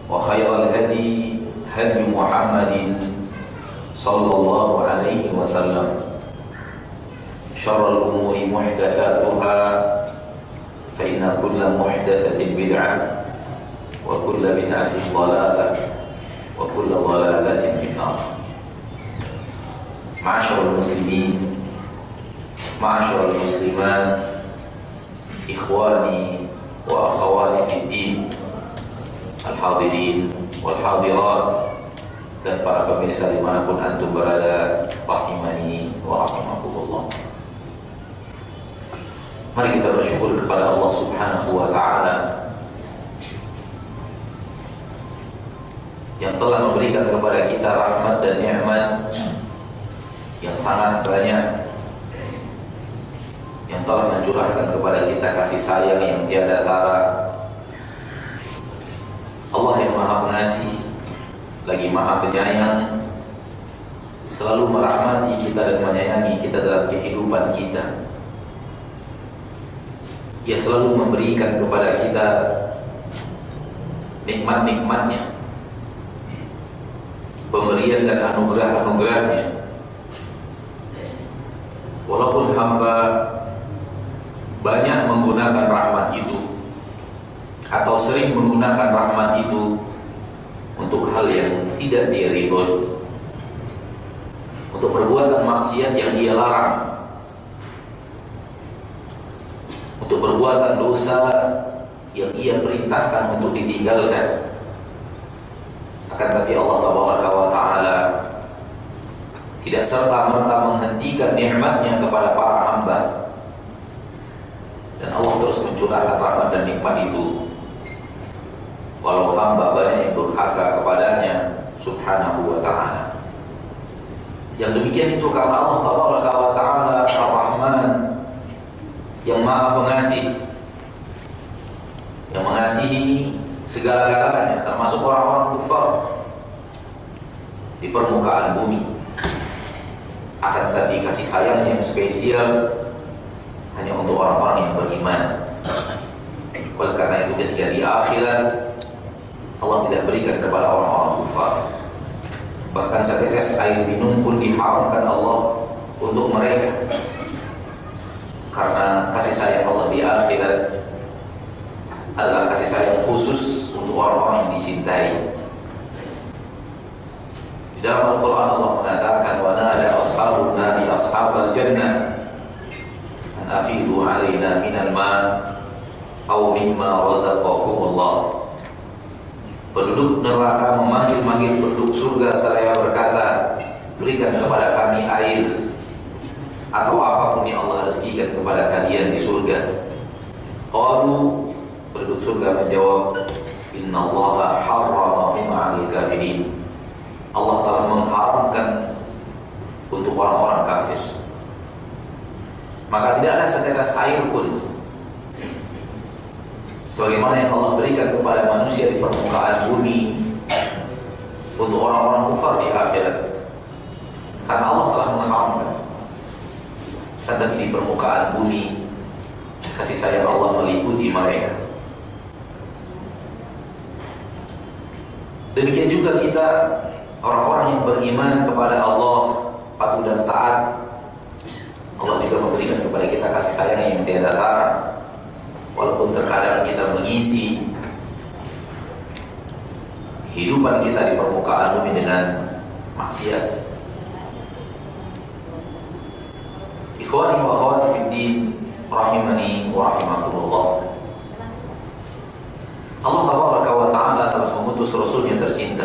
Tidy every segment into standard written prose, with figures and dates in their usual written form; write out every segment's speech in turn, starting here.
وخير الهدي هدي محمد صلى الله عليه وسلم شر الأمور محدثاتها فإن كل محدثة بدعة وكل بدعة ضلالة وكل ضلالة في النار. معاشر المسلمين معاشر المسلمات إخواني وأخواتي في الدين al-hadirin wal-hadirat dan para pemirsa dimanapun antum berada, rahimani wa rahimakumullah. Mari kita bersyukur kepada Allah Subhanahu wa ta'ala yang telah memberikan kepada kita rahmat dan nikmat yang sangat banyak, yang telah mencurahkan kepada kita kasih sayang yang tiada tara. Allah yang maha pengasih lagi maha penyayang selalu merahmati kita dan menyayangi kita dalam kehidupan kita. Ia selalu memberikan kepada kita nikmat-nikmatnya, pemberian dan anugerah-anugerahnya. Walaupun hamba banyak menggunakan rahmat itu atau sering menggunakan rahmat itu untuk hal yang tidak dia ridhoi, untuk perbuatan maksiat yang ia larang, untuk perbuatan dosa yang ia perintahkan untuk ditinggalkan. Akan tapi Allah Taala tidak serta-merta menghentikan nikmatnya kepada para hamba, dan Allah terus mencurahkan rahmat dan nikmat itu walau hamba banyak yang durhaka kepadanya Subhanahu wa ta'ala. Yang demikian itu karena Allah Ta'ala Ar-Rahman yang maha pengasih, yang mengasihi segala-galanya, termasuk orang-orang kufar di permukaan bumi. Akan tetapi kasih sayang yang spesial hanya untuk orang-orang yang beriman. Oleh karena itu ketika di akhirat Allah tidak berikan kepada orang-orang kufar, bahkan setetes air minum pun diharamkan Allah untuk mereka, karena kasih sayang Allah di akhirat adalah kasih sayang khusus untuk orang-orang yang dicintai. Di dalam Al-Quran Allah mengatakan, wa nada ashabun nari ashabal jannah an afidu alaina minal ma' aw mimma razaqakumullah. Penduduk neraka memanggil-manggil penduduk surga seraya berkata, berikan kepada kami air atau apapun yang Allah rezekikan kepada kalian di surga. Qalu, penduduk surga menjawab, innallaha harramahum 'alal kafirin. Allah telah mengharamkan untuk orang-orang kafir. Maka tidak ada setetes air pun sebagaimana yang Allah berikan kepada manusia di permukaan bumi untuk orang-orang kufar di akhirat, karena Allah telah mengharamkan. Tetapi di permukaan bumi kasih sayang Allah meliputi mereka. Demikian juga kita, orang-orang yang beriman kepada Allah, patuh dan taat, Allah juga memberikan kepada kita kasih sayang yang tiada tara. Walaupun terkadang kita mengisi kehidupan kita di permukaan bumi dengan maksiat. Ikhwani wa akhwati fid din, rahimani wa rahimakumullah. Allah Ta'ala telah mengutus Rasul yang tercinta,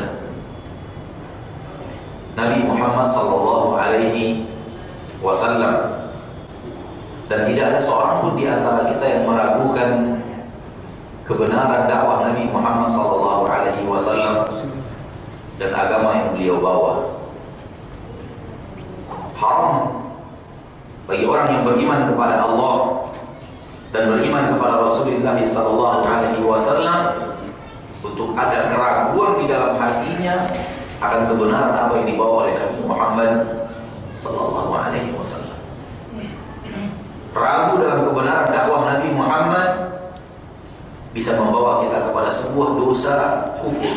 Nabi Muhammad sallallahu alaihi wasallam. Dan tidak ada seorang pun di antara kita yang meragukan kebenaran dakwah Nabi Muhammad sallallahu alaihi wasallam dan agama yang beliau bawa. Haram bagi orang yang beriman kepada Allah dan beriman kepada Rasulullah sallallahu alaihi wasallam untuk ada keraguan di dalam hatinya akan kebenaran apa yang dibawa oleh Nabi Muhammad sallallahu alaihi wasallam. Ragu dalam kebenaran dakwah Nabi Muhammad bisa membawa kita kepada sebuah dosa kufur.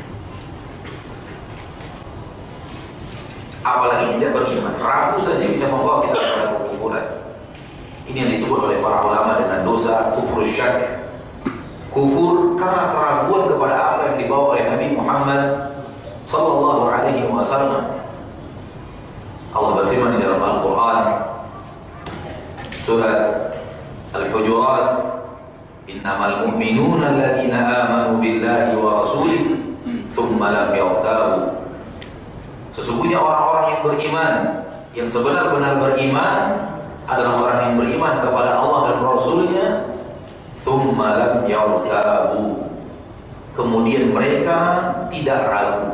Apalagi tidak beriman, ragu saja bisa membawa kita kepada kekufuran. Ini yang disebut oleh para ulama dengan dosa kufur syak. Kufur karena keraguan kepada apa yang dibawa oleh Nabi Muhammad sallallahu alaihi wasallam. Allah berfirman di dalam Al-Quran surat Al-Hujurat, innamal mu'minuna alladhina amanu billahi wa rasulih thumma lam yartabu. Sesungguhnya orang-orang yang beriman, yang sebenar-benar beriman adalah orang yang beriman kepada Allah dan Rasulnya, thumma lam yartabu, kemudian mereka tidak ragu.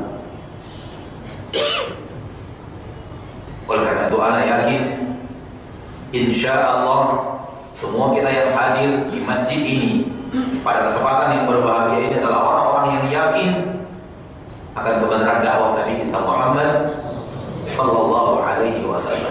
Oleh karena itu ana yakin insya Allah semua kita yang hadir di masjid ini pada kesempatan yang berbahagia ini adalah orang-orang yang yakin akan kebenaran dakwah Nabi kita Muhammad sallallahu alaihi wasallam,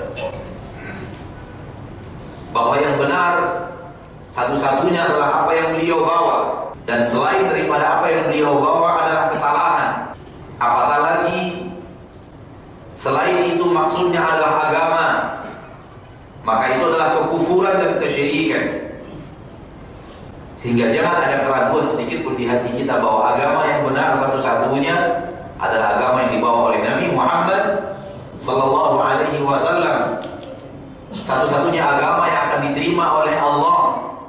bahwa yang benar satu-satunya adalah apa yang beliau bawa, dan selain daripada apa yang beliau bawa adalah kesalahan. Apatah lagi selain itu maksudnya adalah agama, maka itu adalah kekufuran dan kesyirikan. Sehingga jangan ada keraguan sedikit pun di hati kita bahwa agama yang benar satu-satunya adalah agama yang dibawa oleh Nabi Muhammad sallallahu alaihi wasallam. Satu-satunya agama yang akan diterima oleh Allah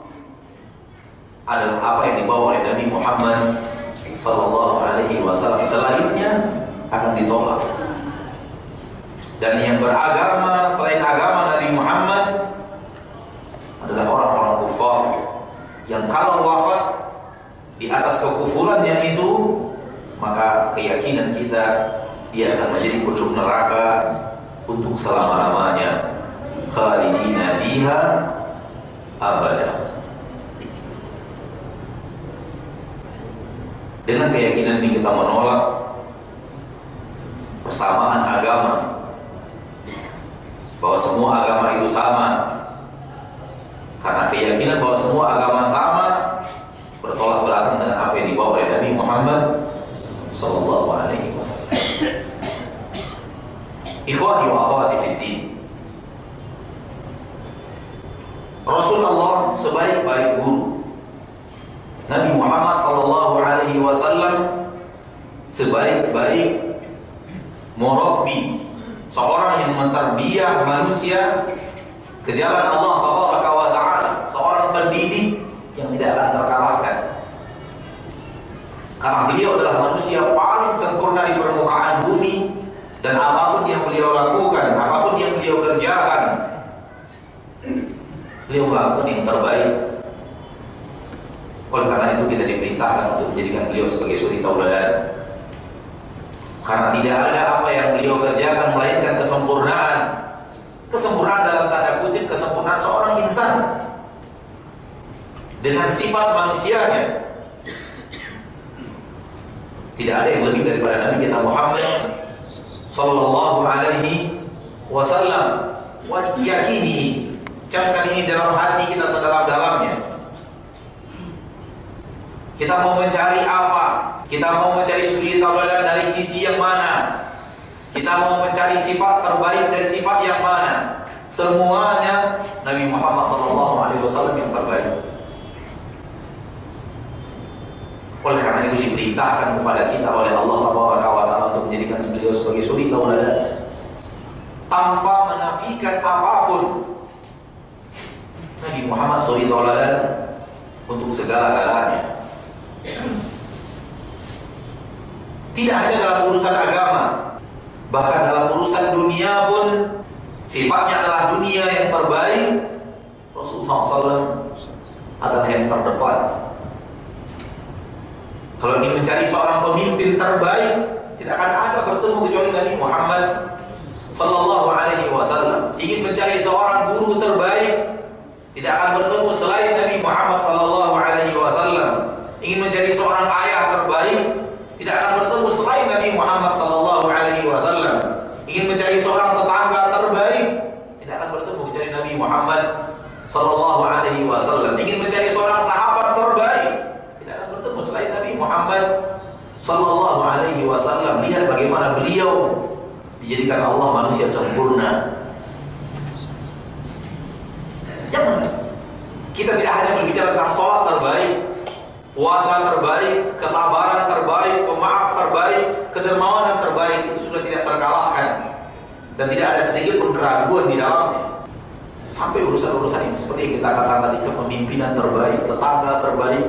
adalah apa yang dibawa oleh Nabi Muhammad sallallahu alaihi wasallam. Selainnya akan ditolak. Dan yang beragama selain agama Nabi Muhammad adalah orang-orang kufar yang kalau wafat di atas kekufurannya itu, maka keyakinan kita dia akan menjadi penduduk neraka untuk selama-lamanya, khalidina fiha abada. Dengan keyakinan ini kita menolak persamaan agama, bahwa semua agama itu sama. Karena keyakinan bahwa semua agama sama bertolak belakang dengan apa yang dibawa oleh Nabi Muhammad sallallahu alaihi wasallam. Ikhwani wa akhwati fid din, Rasulullah sebaik-baik guru, Nabi Muhammad sallallahu alaihi wasallam sebaik-baik murabbi, seorang yang mentarbiyah manusia ke jalan Allah tabaraka wa ta'ala, seorang pendidik yang tidak akan terkalahkan. Karena beliau adalah manusia paling sempurna di permukaan bumi, dan apapun yang beliau lakukan, apapun yang beliau kerjakan, beliau melakukan yang terbaik. Oleh karena itu kita diperintahkan untuk menjadikan beliau sebagai suri tauladan. Karena tidak ada apa yang beliau kerjakan melainkan kesempurnaan. Kesempurnaan dalam tanda kutip, kesempurnaan seorang insan dengan sifat manusianya. Tidak ada yang lebih daripada Nabi kita Muhammad sallallahu alaihi wasallam. Wajib yakini, camkan ini dalam hati kita sedalam-dalamnya. Kita mau mencari apa? Kita mau mencari suri tauladan dari sisi yang mana? Kita mau mencari sifat terbaik dari sifat yang mana? Semuanya Nabi Muhammad SAW yang terbaik. Oleh karena itu diperintahkan kepada kita oleh Allah Taala untuk menjadikan beliau sebagai suri tauladan, tanpa menafikan apapun. Nabi Muhammad suri tauladan untuk segala-galanya. Tidak hanya dalam urusan agama, bahkan dalam urusan dunia pun sifatnya adalah dunia yang terbaik. Rasulullah SAW adalah yang terdepan. Kalau ingin mencari seorang pemimpin terbaik, tidak akan ada bertemu kecuali Nabi Muhammad sallallahu alaihi wasallam. Ingin mencari seorang guru terbaik, tidak akan bertemu selain Nabi Muhammad sallallahu alaihi wasallam. Ingin mencari seorang ayah terbaik, tidak akan bertemu selain Nabi Muhammad sallallahu alaihi wasallam. Ingin mencari seorang tetangga terbaik, tidak akan bertemu kecuali Nabi Muhammad sallallahu alaihi wasallam. Ingin mencari seorang sahabat terbaik, selain Nabi Muhammad Sallallahu Alaihi Wasallam. Lihat bagaimana beliau dijadikan Allah manusia sempurna. Jangan kita tidak hanya berbicara tentang sholat terbaik, puasa terbaik, kesabaran terbaik, pemaaf terbaik, kedermawanan terbaik. Itu sudah tidak terkalahkan dan tidak ada sedikit pun keraguan di dalamnya. Sampai urusan-urusan yang seperti yang kita katakan tadi, kepemimpinan terbaik, tetangga terbaik,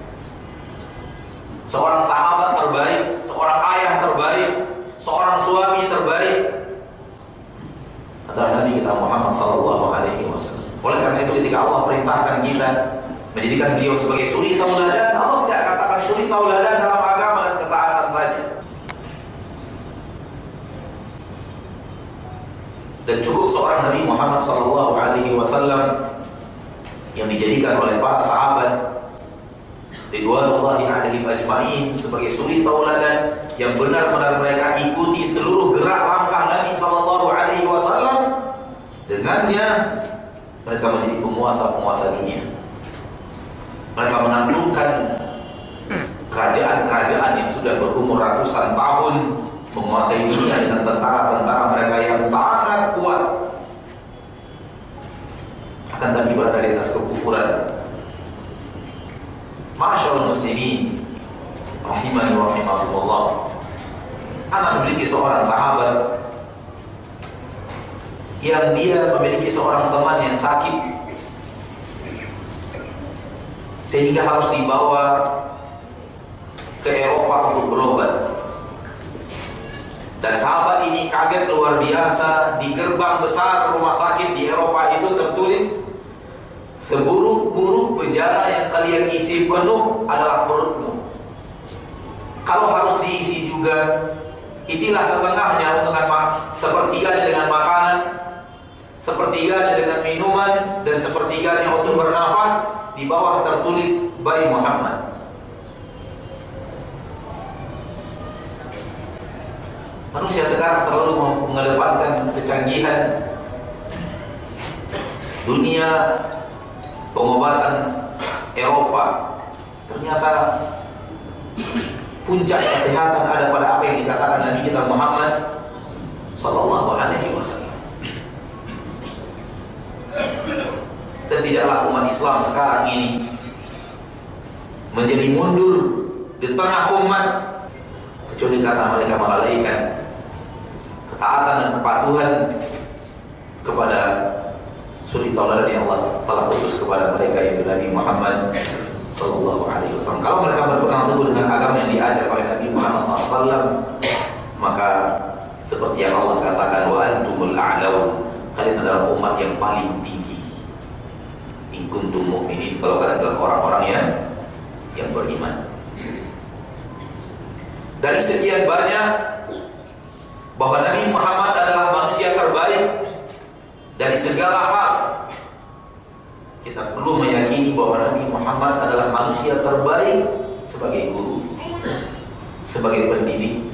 seorang sahabat terbaik, seorang ayah terbaik, seorang suami terbaik adalah Nabi kita Muhammad Sallallahu Alaihi Wasallam. Oleh karena itu ketika Allah perintahkan kita menjadikan beliau sebagai suri tauladan, Allah tidak katakan suri tauladan dalam agama dan ketaatan saja. Dan cukup seorang Nabi Muhammad Sallallahu Alaihi Wasallam yang dijadikan oleh para sahabat ridwanullahi alaihim ajma'in sebagai suri tauladan yang benar-benar mereka ikuti seluruh gerak langkah Nabi Sallallahu Alaihi Wasallam. Dengannya mereka menjadi penguasa-penguasa dunia. Mereka menaklukkan kerajaan-kerajaan yang sudah berumur ratusan tahun, menguasai dunia dengan tentara-tentara mereka yang sangat kuat, akan tapi berada di atas kekufuran. Ma'asyiral muslimin rahimani wa rahimakumullah. Ana memiliki seorang sahabat yang dia memiliki seorang teman yang sakit sehingga harus dibawa ke Eropa untuk berobat. Dan sahabat ini kaget luar biasa. Di gerbang besar rumah sakit di Eropa itu tertulis, seburuk-buruk bejana yang kalian isi penuh adalah perutmu. Kalau harus diisi juga, isilah setengahnya dengan sepertiganya dengan makanan, sepertiganya dengan minuman, dan sepertiganya untuk bernafas. Di bawah tertulis Bai Muhammad. Manusia sekarang terlalu mengedepankan kecanggihan dunia pengobatan Eropa. Ternyata puncak kesehatan ada pada apa yang dikatakan Nabi kita Muhammad Sallallahu Alaihi Wasallam. Dan tidaklah umat Islam sekarang ini menjadi mundur di tengah umat kecuali karena mereka melalaikan ketaatan dan kepatuhan kepada suri tauladan yang Allah telah utus kepada mereka, yaitu Nabi Muhammad Sallallahu Alaihi Wasallam. Kalau mereka berpegang teguh dengan agama yang diajar oleh Nabi Muhammad SAW, maka seperti yang Allah katakan, wa antumul a'laun, kalian adalah umat yang paling tinggi. In kuntum mu'minin, kalau kalian adalah orang-orang yang beriman. Dari sekian banyak bahwa Nabi Muhammad adalah manusia terbaik dari segala hal, kita perlu meyakini bahwa Nabi Muhammad adalah manusia terbaik sebagai guru, sebagai pendidik,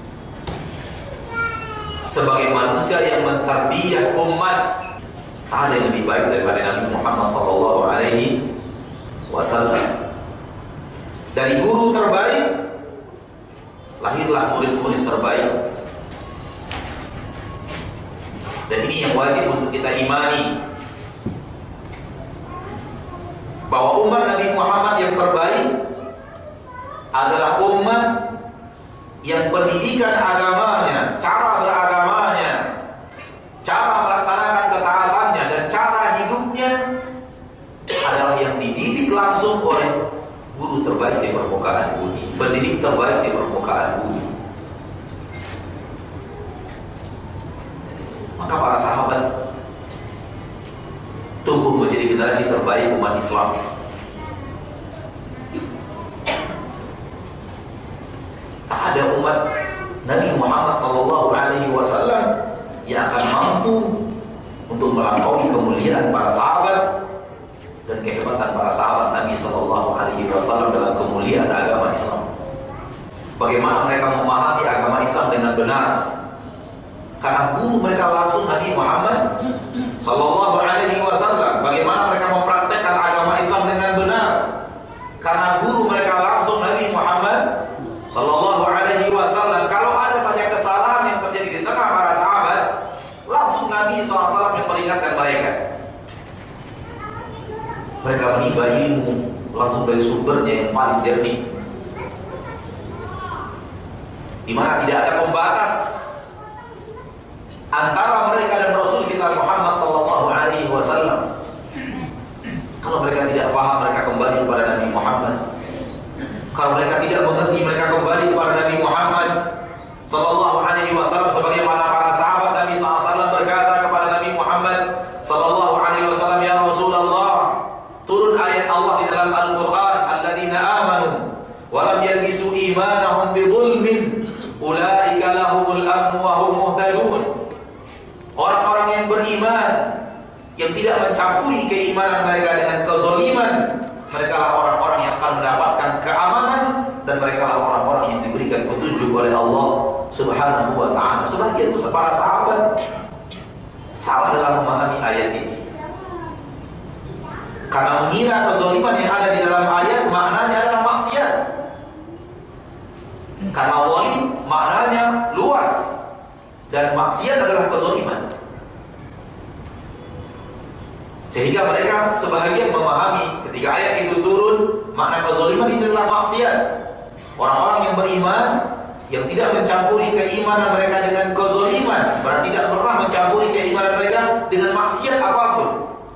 sebagai manusia yang mentarbiyah umat. Tak ada yang lebih baik daripada Nabi Muhammad Sallallahu Alaihi Wasallam. Dari guru terbaik lahirlah murid-murid terbaik. Dan ini yang wajib untuk kita imani, bahwa umat Nabi Muhammad yang terbaik adalah umat yang pendidikan agamanya, cara beragamanya, cara melaksanakan ketaatannya, dan cara hidupnya adalah yang dididik langsung oleh guru terbaik di permukaan bumi, pendidik terbaik di permukaan bumi. Maka para sahabat tumbuh menjadi generasi terbaik umat Islam. Tak ada umat Nabi Muhammad SAW yang akan mampu untuk melampaui kemuliaan para sahabat dan kehebatan para sahabat Nabi SAW dalam kemuliaan agama Islam. Bagaimana mereka memahami agama Islam dengan benar? Karena guru mereka langsung Nabi Muhammad Sallallahu Alaihi Wasallam. Bagaimana mereka mempraktekkan agama Islam dengan benar? Karena guru mereka langsung Nabi Muhammad Muhammad Sallallahu Alaihi Wasallam. Kalau ada saja kesalahan yang terjadi di tengah para sahabat, langsung Nabi SAW yang peringatkan mereka. Mereka menimba ilmu langsung dari sumbernya yang paling jernih, di mana tidak ada pembatas antara mereka dan Rasul kita Muhammad Sallallahu Alaihi Wasallam. Kalau mereka tidak paham, mereka kembali kepada Nabi Muhammad. Kalau mereka tidak mengerti, mereka kembali kepada Nabi Muhammad Sallallahu Alaihi Wasallam. Sebagaimana para sahabat Nabi SAW berkata kepada Nabi Muhammad Sallallahu Alaihi Wasallam, ya Rasulullah, turun ayat Allah di dalam Al-Quran, alladzina amanu walam yalbisu imanahum bidzulmin ulaika lahumul amnu wa hum muhtadun. Orang-orang yang beriman, yang tidak mencampuri keimanan mereka dengan kezaliman, mereka lah orang-orang yang akan mendapatkan keamanan, dan mereka lah orang-orang yang diberikan petunjuk oleh Allah Subhanahu wa ta'ala. Sebagian para sahabat salah dalam memahami ayat ini, karena mengira kezaliman yang ada di dalam ayat maknanya adalah maksiat. Karena zalim maknanya luas, dan maksiat adalah kezaliman. Sehingga mereka sebahagian memahami ketika ayat itu turun, makna kezaliman itu adalah maksiat. Orang-orang yang beriman, yang tidak mencampuri keimanan mereka dengan kezaliman, berarti tidak pernah mencampuri keimanan mereka dengan maksiat apapun,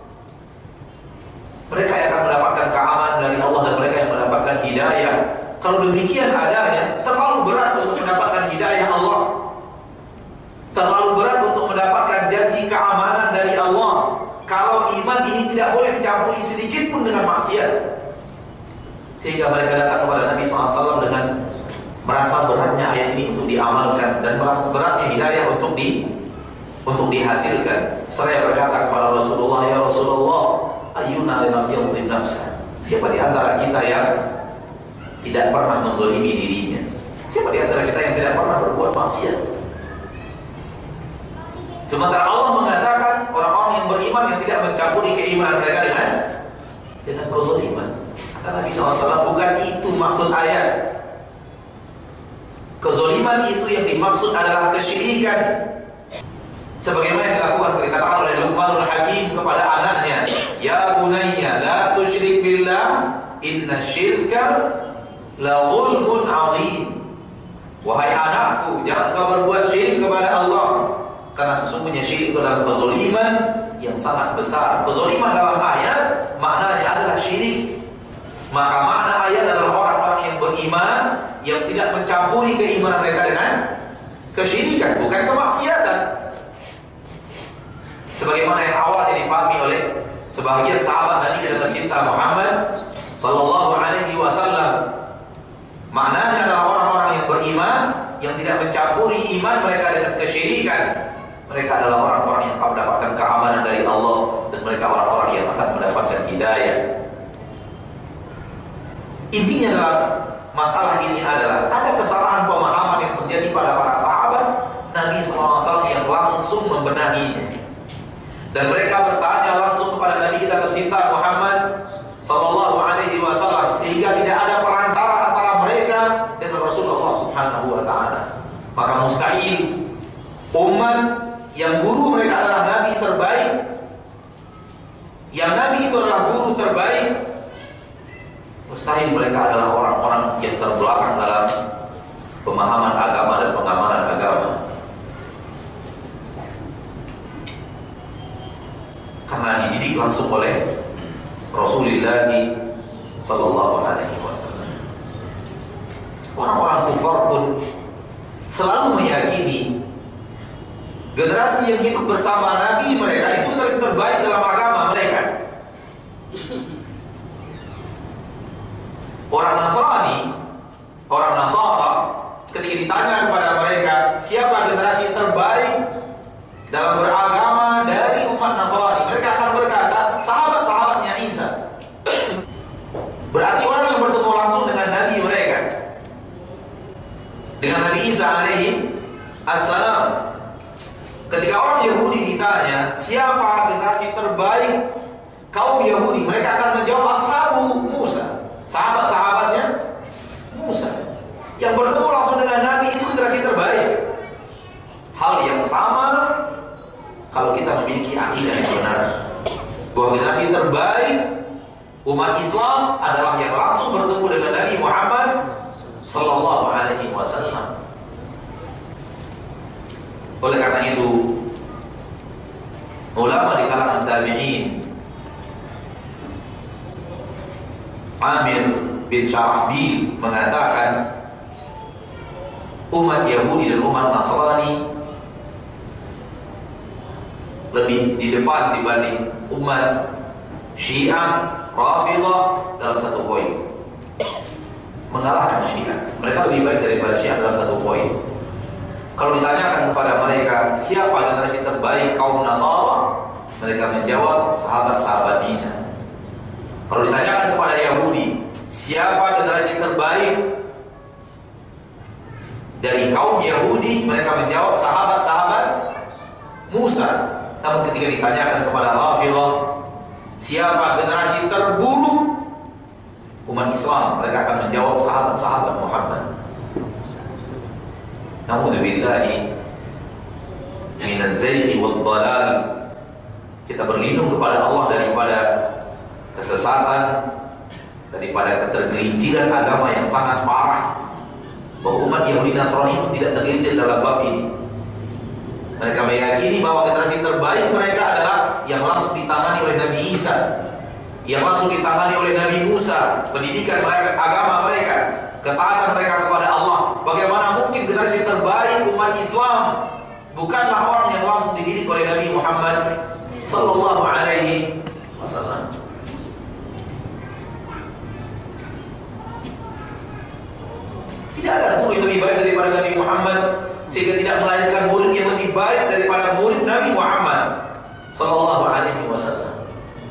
mereka yang akan mendapatkan keamanan dari Allah, dan mereka yang mendapatkan hidayah. Kalau demikian adanya, terlalu berat untuk mendapatkan hidayah Allah, terlalu berat untuk mendapatkan janji keamanan dari Allah, kalau iman ini tidak boleh dicampuri sedikit pun dengan maksiat. Sehingga mereka datang kepada Nabi SAW dengan merasa beratnya ayat ini untuk diamalkan, dan merasa beratnya hidayah untuk dihasilkan. Seraya berkata kepada Rasulullah, ya Rasulullah, ayyuna lam yadhlim nafsa. Siapa di antara kita yang tidak pernah menzalimi dirinya? Siapa di antara kita yang tidak pernah berbuat maksiat? Sementara Allah mengatakan orang-orang yang beriman yang tidak mencampuri keimanan mereka dengan kezaliman. Kata Nabi SAW, bukan itu maksud ayat. Kezaliman itu yang dimaksud adalah kesyirikan. Sebagaimana yang dilakukan, dikatakan oleh Luqmanul Hakim kepada anaknya, ya bunayya la tusyrik billah inna syirka la zulmun azim. Wahai anakku, jangan kau berbuat syirik kepada Allah, karena sesungguhnya syirik itu adalah kezaliman yang sangat besar. Kezaliman dalam ayat maknanya adalah syirik. Maka makna ayat adalah orang-orang yang beriman yang tidak mencampuri keimanan mereka dengan kesyirikan, bukan kemaksiatan. Sebagaimana yang awalnya difahami oleh sebagian sahabat Nabi kita tercinta Muhammad Sallallahu Alaihi Wasallam, maknanya adalah orang-orang yang beriman yang tidak mencampuri iman mereka dengan kesyirikan. Mereka adalah orang-orang yang akan mendapatkan keamanan dari Allah, dan mereka orang-orang yang akan mendapatkan hidayah. Intinya dalam masalah ini adalah ada kesalahan pemahaman yang terjadi pada para sahabat Nabi SAW yang langsung membenahinya, dan mereka bertanya langsung kepada Nabi kita tercinta Muhammad Sallallahu Alaihi Wasallam, sehingga tidak ada perantara antara mereka dengan Rasulullah Subhanahu Wa Taala. Maka mustahil umat yang guru mereka adalah Nabi terbaik, yang Nabi itu adalah guru terbaik, mustahil mereka adalah orang-orang yang terbelakang dalam pemahaman agama dan pengamalan agama. Karena dididik langsung oleh Rasulullah Sallallahu Alaihi Wasallam. Orang-orang kufar pun selalu meyakini generasi yang hidup bersama Nabi mereka itu generasi terbaik dalam agama mereka. Orang Nasrani, orang Nasara, ketika ditanya kepada mereka siapa generasi terbaik dalam beragama dari umat Nasrani, mereka akan berkata sahabat-sahabatnya Isa. Berarti orang yang bertemu langsung dengan Nabi mereka, dengan Nabi Isa alaihi assalam. Ketika orang Yahudi ditanya siapa generasi terbaik kaum Yahudi, mereka akan menjawab ashabu Musa, sahabat-sahabatnya Musa. Yang bertemu langsung dengan Nabi itu generasi terbaik. Hal yang sama kalau kita memiliki akidah yang benar, bahwa generasi terbaik umat Islam adalah yang langsung bertemu dengan Nabi Muhammad sallallahu alaihi wasallam. Oleh karena itu, ulama di kalangan tabi'in, Amir bin Syarahbil mengatakan umat Yahudi dan umat Nasrani lebih di depan dibanding umat Syiah, Rafidah dalam satu poin. Mengalahkan Syiah. Mereka lebih baik daripada Syiah dalam satu poin. Kalau ditanyakan kepada mereka siapa generasi terbaik kaum Nasara, mereka menjawab sahabat-sahabat Isa. Kalau ditanyakan kepada Yahudi siapa generasi terbaik dari kaum Yahudi, mereka menjawab sahabat-sahabat Musa. Namun ketika ditanyakan kepada Rafidah siapa generasi terburuk umat Islam, mereka akan menjawab sahabat-sahabat Muhammad. Na'udzubillahi minaz zayghi wad dhalal. Kita berlindung kepada Allah daripada kesesatan, daripada ketergelinciran agama yang sangat parah. Bahwa umat Yahudi Nasrani pun tidak tergelincir dalam bab ini. Mereka meyakini bahwa generasi terbaik mereka adalah yang langsung ditangani oleh Nabi Isa, yang langsung ditangani oleh Nabi Musa, pendidikan mereka, agama mereka, ketaatan mereka kepada Allah. Bagaimana mungkin generasi terbaik umat Islam bukanlah orang yang langsung dididik oleh Nabi Muhammad sallallahu alaihi wasallam? Tidak ada guru yang lebih baik daripada Nabi Muhammad, sehingga tidak melahirkan murid yang lebih baik daripada murid Nabi Muhammad sallallahu alaihi wasallam.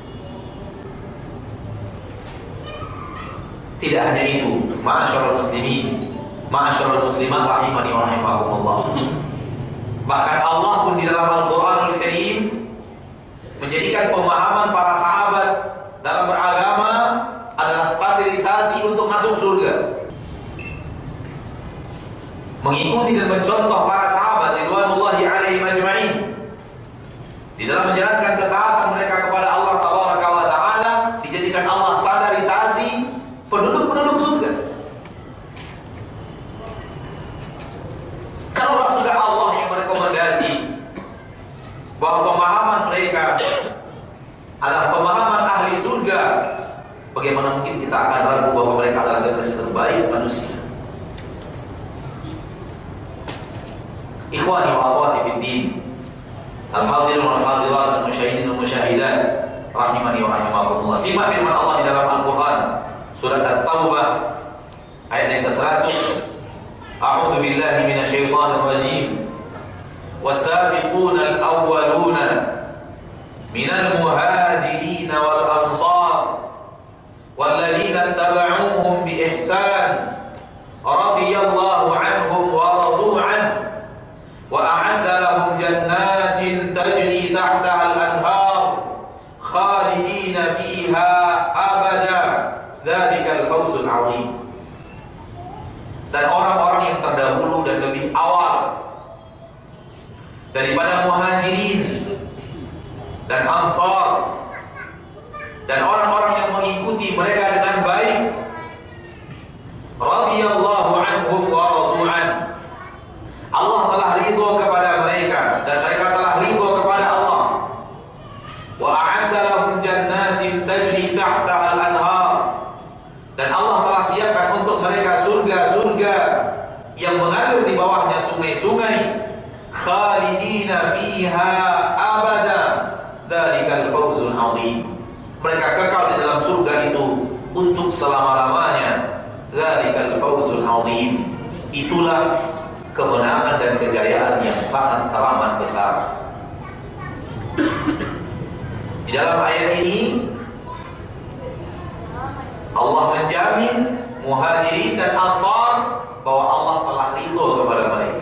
Tidak hanya itu, ma'asyiral muslimin, ma'asyiral muslimat rahimani wa rahimakumullah. Bahkan Allah pun di dalam Al-Qur'anul Karim menjadikan pemahaman para sahabat dalam beragama adalah standarisasi untuk masuk surga. Mengikuti dan mencontoh para sahabat ridwanullahi alaihim ajma'in di dalam menjalankan ketaatan mereka kepada Allah tabaraka wa ta'ala, dijadikan Allah standarisasi penduduk-penduduk surga. Kalau sudah Allah yang merekomendasi bahwa pemahaman mereka adalah pemahaman ahli surga, bagaimana mungkin kita akan ragu bahwa mereka adalah generasi terbaik manusia? Ikhwani wa akhwati fid din, al-hadirin wal hadirat, al-musyahidin wal musyahidat rahimani wa rahimakumullah. Simak firman Allah di dalam Al-Qur'an surat At-Taubah ayat yang ke-100. A'udzu billahi minasyaitonir rajim. Was-sabiquna al-awwaluna minal muhajirin wal ansar walladzina ittaba'uuhum bi ihsan radhiyallahu anhum wa radu anhu wa a'adda lahum jannatin tajri tahtaha al-anhar khalidina fiha abada dzalikal fawzul 'azim. Dan orang-orang yang terdahulu dan lebih awal daripada muhajirin dan ansar dan orang-orang yang mengikuti mereka dengan baik, radhiyallahu anhum wa radu anhu, Allah telah ridho kepada mereka dan mereka telah ridho kepada Allah. Wa a'adda lahum jannatin tajri tahtaha al-anhar, dan Allah telah siapkan untuk mereka surga-surga yang mengalir di bawahnya sungai-sungai, khalidina fiha abada dzalikal fawzul 'azim. Mereka kekal di dalam surga itu untuk selama-lamanya. Dzalikal fawzul 'azim. Itulah kemenangan dan kejayaan yang sangat teramat besar. Di dalam ayat ini Allah menjamin muhajirin dan ansar bahwa Allah telah ridho kepada mereka,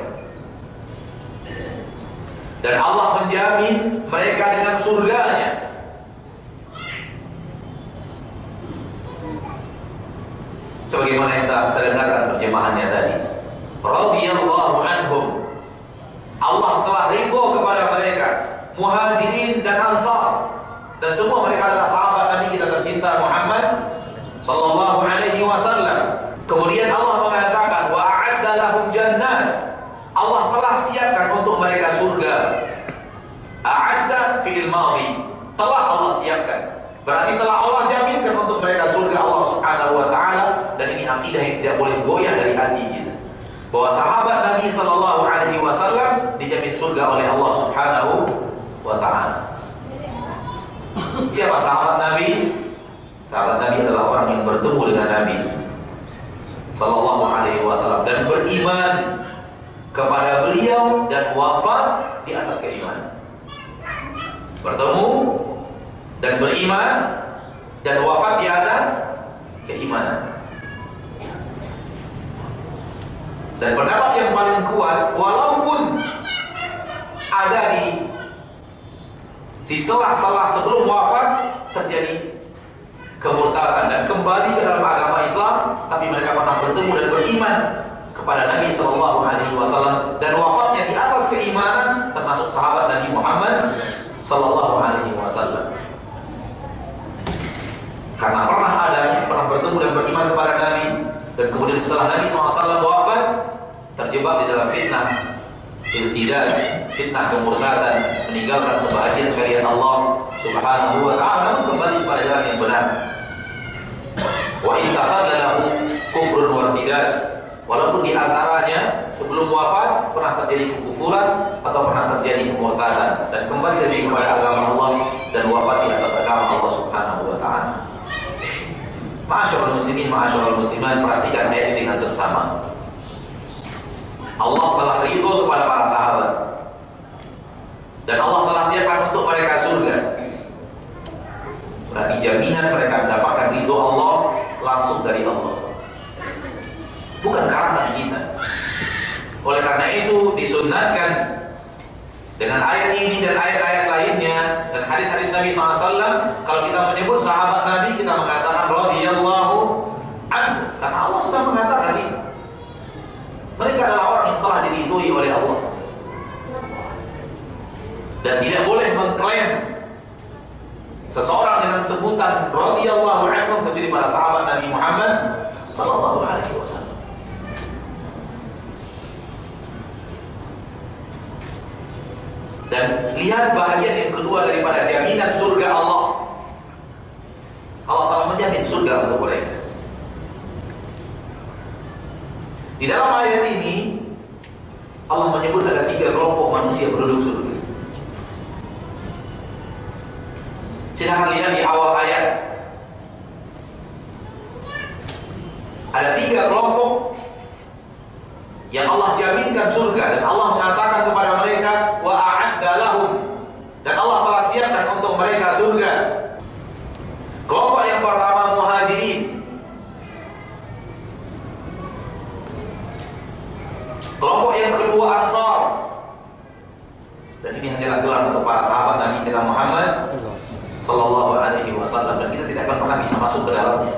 dan Allah menjamin mereka dengan surganya. Sebagaimana yang telah kita dengarkan terjemahannya tadi. Radhiyallahu anhum. Allah telah ridho kepada mereka, Muhajirin dan Ansar. Dan semua mereka adalah sahabat Nabi kita tercinta Muhammad sallallahu alaihi wasallam. Kemudian Allah mengatakan wa a'adda lahum jannat. Allah telah siapkan untuk mereka surga. A'adda fi'il madhi. Telah Allah siapkan. Berarti telah Allah jaminkan untuk mereka surga Allah Subhanahu wa taala, dan ini akidah yang tidak boleh goyah dari hati kita. Bahwa sahabat Nabi sallallahu alaihi wasallam dijamin surga oleh Allah Subhanahu wa taala. Siapa sahabat Nabi? Sahabat Nabi adalah orang yang bertemu dengan Nabi sallallahu alaihi wasallam dan beriman kepada beliau dan wafat di atas keimanan. Bertemu dan beriman dan wafat di atas keimanan. Dan pendapat yang paling kuat, walaupun ada di sela-sela sebelum wafat terjadi kemurtadan dan kembali ke dalam agama Islam, tapi mereka pernah bertemu dan beriman kepada Nabi sallallahu alaihi wasallam dan wafatnya di atas keimanan, termasuk sahabat Nabi Muhammad sallallahu alaihi wasallam. Karena pernah bertemu dan beriman kepada Nabi, dan kemudian setelah Nabi SAW wafat terjebak di dalam fitnah irtidad, fitnah kemurtadan, meninggalkan sebahagian syariat Allah Subhanahu wa taala, kembali kepada jalan yang benar. Wa in takhallalahu kufrun wa irtidad, walaupun di antaranya sebelum wafat pernah terjadi kekufuran atau pernah terjadi kemurtadan dan kembali dari kepada agama Allah dan wafat di atas agama Allah Subhanahu wa taala. Ma'asyiral muslimin, ma'asyiral muslimat, perhatikan ayat ini dengan seksama. Allah telah ridho kepada para sahabat dan Allah telah siapkan untuk mereka surga. Berarti jaminan mereka mendapatkan ridho Allah langsung dari Allah, bukan karangan kita. Oleh karena itu disunnatkan dengan ayat ini dan ayat-ayat lainnya dan hadis-hadis Nabi SAW, kalau kita menyebut sahabat Nabi, kita mengatakan radhiyallahu anhu, karena Allah sudah mengatakan itu. Mereka adalah orang yang telah diridhoi oleh Allah, dan tidak boleh mengklaim seseorang dengan sebutan radhiyallahu anhu kecuali para sahabat Nabi Muhammad sallallahu alaihi wasallam. Dan lihat bahagian yang kedua daripada jaminan surga Allah. Allah telah menjamin surga untuk mereka. Di dalam ayat ini Allah menyebut ada 3 kelompok manusia penduduk surga. Silahkan lihat di awal ayat. Ada 3 kelompok yang Allah jaminkan surga, dan Allah mengatakan kepada mereka wa a'adda lahum, dan Allah telah siapkan untuk mereka surga. Kelompok yang pertama Muhajirin, kelompok yang kedua Ansar, dan ini hanyalah gelar untuk para sahabat Nabi kita Muhammad sallallahu alaihi wasallam, dan kita tidak akan pernah bisa masuk ke dalamnya.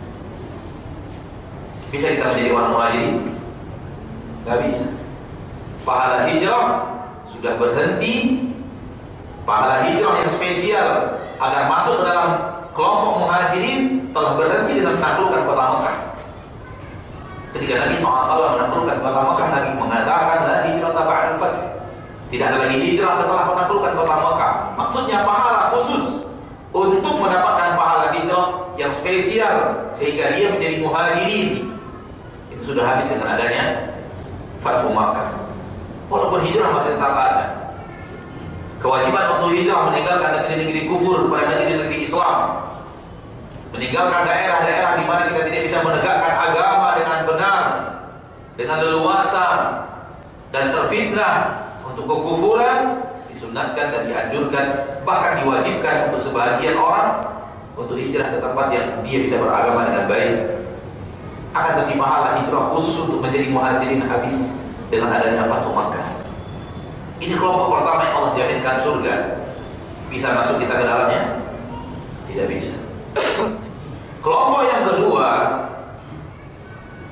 Bisa kita menjadi orang Muhajirin? Gak bisa. Pahala hijrah sudah berhenti. Pahala hijrah yang spesial agar masuk ke dalam kelompok Muhajirin telah berhenti dengan menaklukkan kota Mekah. Ketika Nabi SAW menaklukkan kota Mekah, Nabi mengatakan la hijrah ba'dal fath. Tidak ada lagi hijrah setelah menaklukkan kota Mekah. Maksudnya pahala khusus untuk mendapatkan pahala hijrah yang spesial sehingga dia menjadi Muhajirin itu sudah habis dengan adanya Fathu Makkah. Walaupun hijrah masih tetap ada. Kewajiban untuk hijrah meninggalkan negeri-negeri kufur kepada negeri-negeri Islam, meninggalkan daerah-daerah di mana kita tidak bisa menegakkan agama dengan benar, dengan leluasa, dan terfitnah untuk kekufuran, disunatkan dan dianjurkan, bahkan diwajibkan untuk sebagian orang untuk hijrah ke tempat yang dia bisa beragama dengan baik. Akan tetapi pahala hijrah khusus untuk menjadi Muhajirin habis dengan adanya Fathu Makkah. Ini kelompok pertama yang Allah jaminkan surga. Bisa masuk kita ke dalamnya? Tidak bisa. Kelompok yang kedua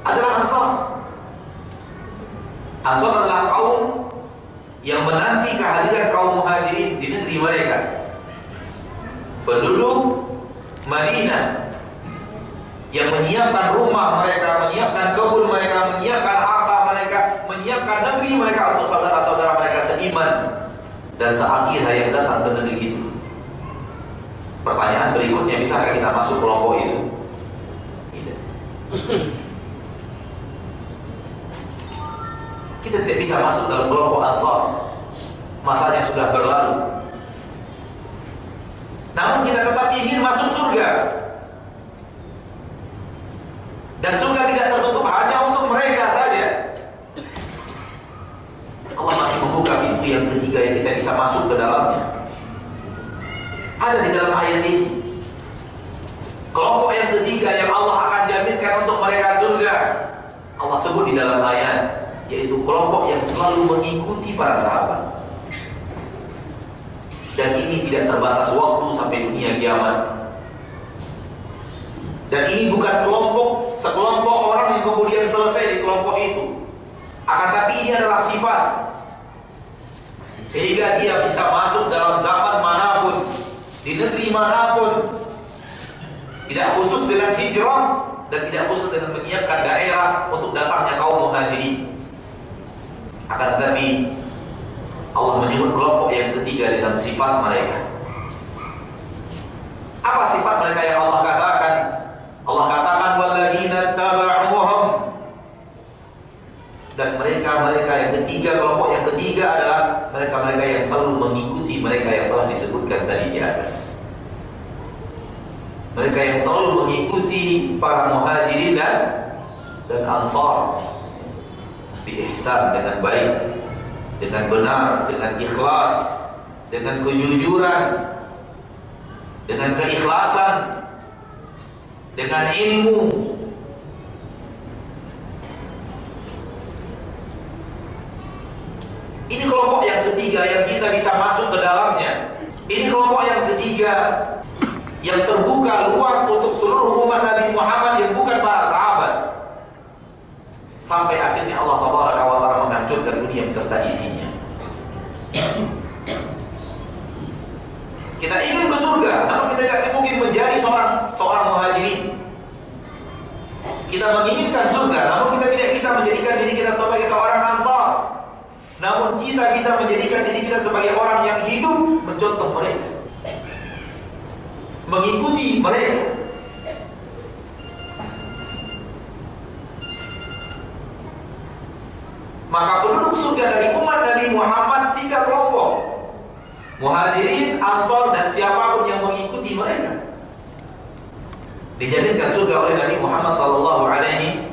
adalah Ansar. Ansar adalah kaum yang menanti kehadiran kaum Muhajirin di negeri mereka. Penduduk Madinah yang menyiapkan rumah mereka, menyiapkan kebun mereka, menyiapkan harta mereka, menyiapkan negeri mereka untuk saudara-saudara mereka seiman dan seakhidah yang datang ke negeri itu. Pertanyaan berikutnya, bisakah kita masuk kelompok itu? Tidak. Kita tidak bisa masuk dalam kelompok Ansar. Masanya sudah berlalu. Namun kita tetap ingin masuk surga. Dan surga tidak tertutup hanya untuk mereka saja. Allah masih membuka pintu yang ketiga yang kita bisa masuk ke dalamnya. Ada di dalam ayat ini. Kelompok yang ketiga yang Allah akan jaminkan untuk mereka surga, Allah sebut di dalam ayat, yaitu kelompok yang selalu mengikuti para sahabat. Dan ini tidak terbatas waktu sampai dunia kiamat. Dan ini bukan sekelompok orang yang kemudian selesai di kelompok itu. Akan tapi ini adalah sifat, sehingga dia bisa masuk dalam zaman manapun, di negeri manapun. Tidak khusus dengan hijrah dan tidak khusus dengan menyiapkan daerah untuk datangnya kaum Muhajirin. Akan tetapi Allah menyebut kelompok yang ketiga dengan sifat mereka. Apa sifat mereka yang Allah katakan? Allah katakan walladzina taba'uhum. Dan mereka yang ketiga, kelompok yang ketiga adalah mereka yang selalu mengikuti mereka yang telah disebutkan tadi di atas. Mereka yang selalu mengikuti para Muhajirin dan Ansar bi ihsan, dengan baik, dengan benar, dengan ikhlas, dengan kejujuran, dengan keikhlasan, dengan ilmu. Ini kelompok yang ketiga yang kita bisa masuk ke dalamnya. Ini kelompok yang ketiga yang terbuka luas untuk seluruh umat Nabi Muhammad yang bukan para sahabat. Sampai akhirnya Allah Tabaraka wa Ta'ala menghancurkan dunia beserta isinya. Kita ingin ke surga, namun kita tidak mungkin menjadi seorang Muhajirin. Kita menginginkan surga, namun kita tidak bisa menjadikan diri kita sebagai seorang Ansar. Namun kita bisa menjadikan diri kita sebagai orang yang hidup mencontoh mereka, mengikuti mereka. Maka penduduk surga dari umat Nabi Muhammad 3 kelompok: Muhajirin, Ansar, dan siapapun yang mengikuti mereka dijaminkan surga oleh Nabi Muhammad SAW.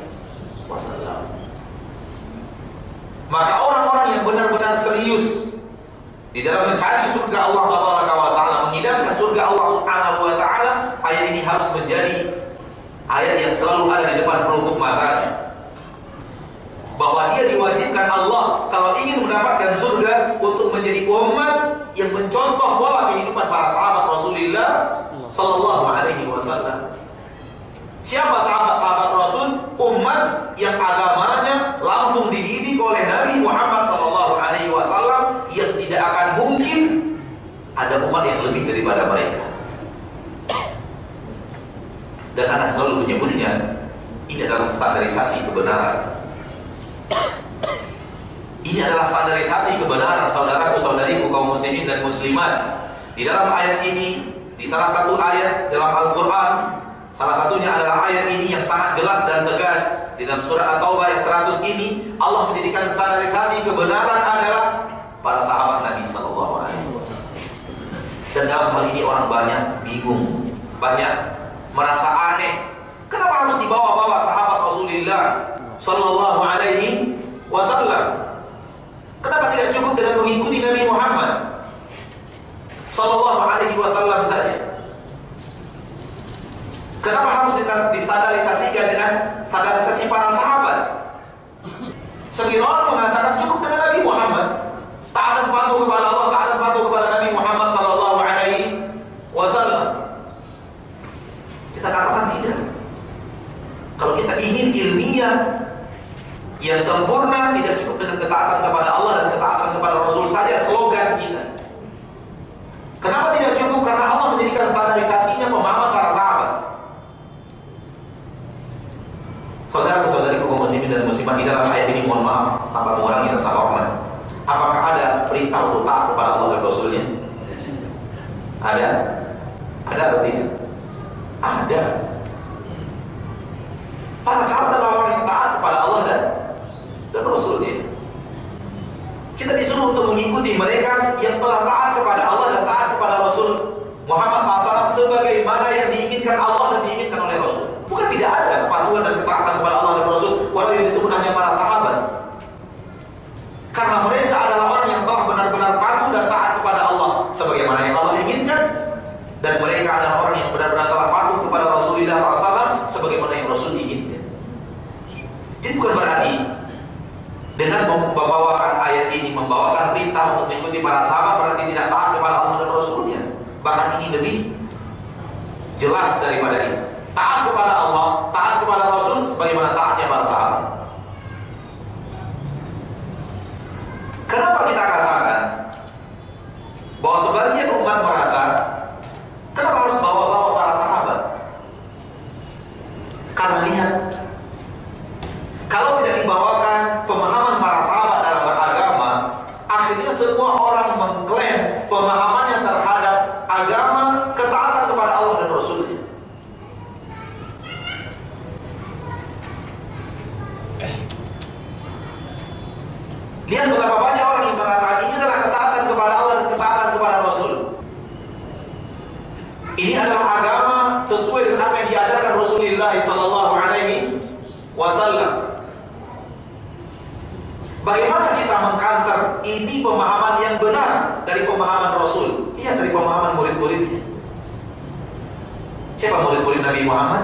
Maka orang-orang yang benar-benar serius di dalam mencari surga Allah Taala, mengidamkan surga Allah Subhanahu wa Ta'ala, ayat ini harus menjadi ayat yang selalu ada di depan pelupuk matanya. Bahwa dia diwajibkan Allah kalau ingin mendapatkan surga untuk menjadi umat yang mencontoh pola kehidupan para sahabat Rasulullah Sallallahu Alaihi Wasallam. Siapa sahabat-sahabat Rasul? Umat yang agamanya langsung dididik oleh Nabi Muhammad Sallallahu Alaihi Wasallam, yang tidak akan mungkin ada umat yang lebih daripada mereka. Dan Anda selalu menyebutnya, ini adalah standarisasi kebenaran. Ini adalah standarisasi kebenaran, saudaraku, saudariku, kaum muslimin dan muslimat. Di dalam ayat ini, di salah satu ayat dalam Al-Quran, salah satunya adalah ayat ini yang sangat jelas dan tegas. Di dalam surah At-Taubah ayat 100 ini, Allah menjadikan standarisasi kebenaran adalah para sahabat Nabi Sallallahu Alaihi Wasallam. Dan dalam hal ini orang banyak bingung, banyak merasa aneh. Kenapa harus dibawa-bawa sahabat Rasulullah Sallallahu Alaihi Wasallam? Kenapa tidak cukup dengan mengikuti Nabi Muhammad Sallallahu Alaihi Wasallam saja? Kenapa harus distandarisasikan dengan standarisasi para sahabat? Sebagian orang mengatakan cukup dengan Nabi Muhammad, taat dan patuh kepada Allah, taat dan patuh kepada Nabi Muhammad Sallallahu Alaihi Wasallam. Kita katakan tidak. Kalau kita ingin ilmiah, Yang sempurna tidak cukup dengan ketaatan kepada Allah dan ketaatan kepada Rasul saja slogan kita. Kenapa tidak cukup? Karena Allah menjadikan standarisasinya pemahaman para sahabat. Saudara-saudariku kaum muslimin dan muslimat, di dalam ayat ini, mohon maaf tanpa mengurangi rasa hormat, apakah ada perintah untuk taat kepada Allah dan Rasulnya? Ada? Ada atau tidak? Ada. Para sahabat adalah orang yang taat kepada Allah dan Rasulnya. Kita disuruh untuk mengikuti mereka yang telah taat kepada Allah dan taat kepada Rasul Muhammad SAW sebagaimana yang diinginkan Allah dan diinginkan oleh Rasul. Bukan tidak ada kepatuhan dan ketaatan kepada Allah dan Rasul, walau yang disebut hanya para sahabat. Karena mereka adalah orang yang telah benar-benar patuh dan taat kepada Allah sebagaimana yang Allah inginkan, dan mereka adalah orang yang benar-benar telah patuh kepada Rasulullah SAW sebagaimana yang Rasul inginkan. Jadi bukan berarti dengan membawakan ayat ini, membawakan perintah untuk mengikuti para sahabat, berarti tidak taat kepada Allah dan Rasulnya. Bahkan ini lebih jelas daripada ini. Taat kepada Allah, taat kepada Rasul sebagaimana taatnya para sahabat. Kenapa kita katakan bahwa sebagian umat merasa kenapa harus bawa-bawa para sahabat? Karena lihat, kalau tidak dibawakan pemahaman para sahabat dalam beragama, akhirnya semua orang mengklaim pemahamannya terhadap agama, ketaatan kepada Allah dan Rasulnya. Lihat betapa banyak orang yang mengatakan ini adalah ketaatan kepada Allah dan ketaatan kepada Rasul. Ini adalah agama sesuai dengan apa yang diajarkan Rasulullah SAW. Bagaimana kita mengkanter ini pemahaman yang benar dari pemahaman Rasul? Lihat dari pemahaman murid-muridnya. Siapa murid-murid Nabi Muhammad?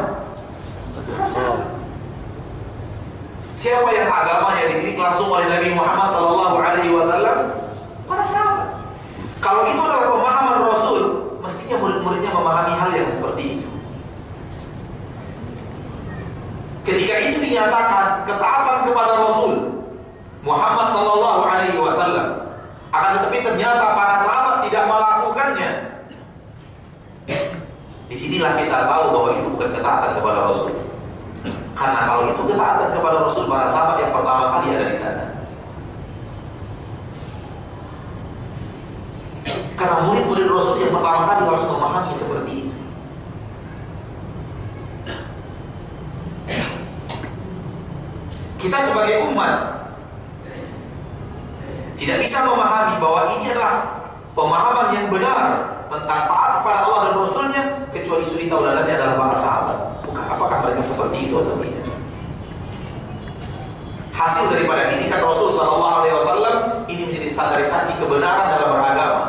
Siapa yang agamanya dididik langsung oleh Nabi Muhammad SAW? Para sahabat. Kalau itu adalah pemahaman Rasul, mestinya murid-muridnya memahami hal yang seperti itu. Ketika itu dinyatakan ketaatan kepada Rasul Muhammad SAW, akan tetapi ternyata para sahabat tidak melakukannya. Disinilah kita tahu bahwa itu bukan ketaatan kepada Rasul. Karena kalau itu ketaatan kepada Rasul, para sahabat yang pertama kali ada di sana. Karena murid-murid Rasul yang pertama kali harus memahami seperti itu. Kita sebagai umat tidak bisa memahami bahwa ini adalah pemahaman yang benar tentang taat kepada Allah dan Rasulnya kecuali suri tauladannya adalah para sahabat. Apakah mereka seperti itu atau tidak? Hasil daripada didikan Rasul SAW ini menjadi standarisasi kebenaran dalam beragama.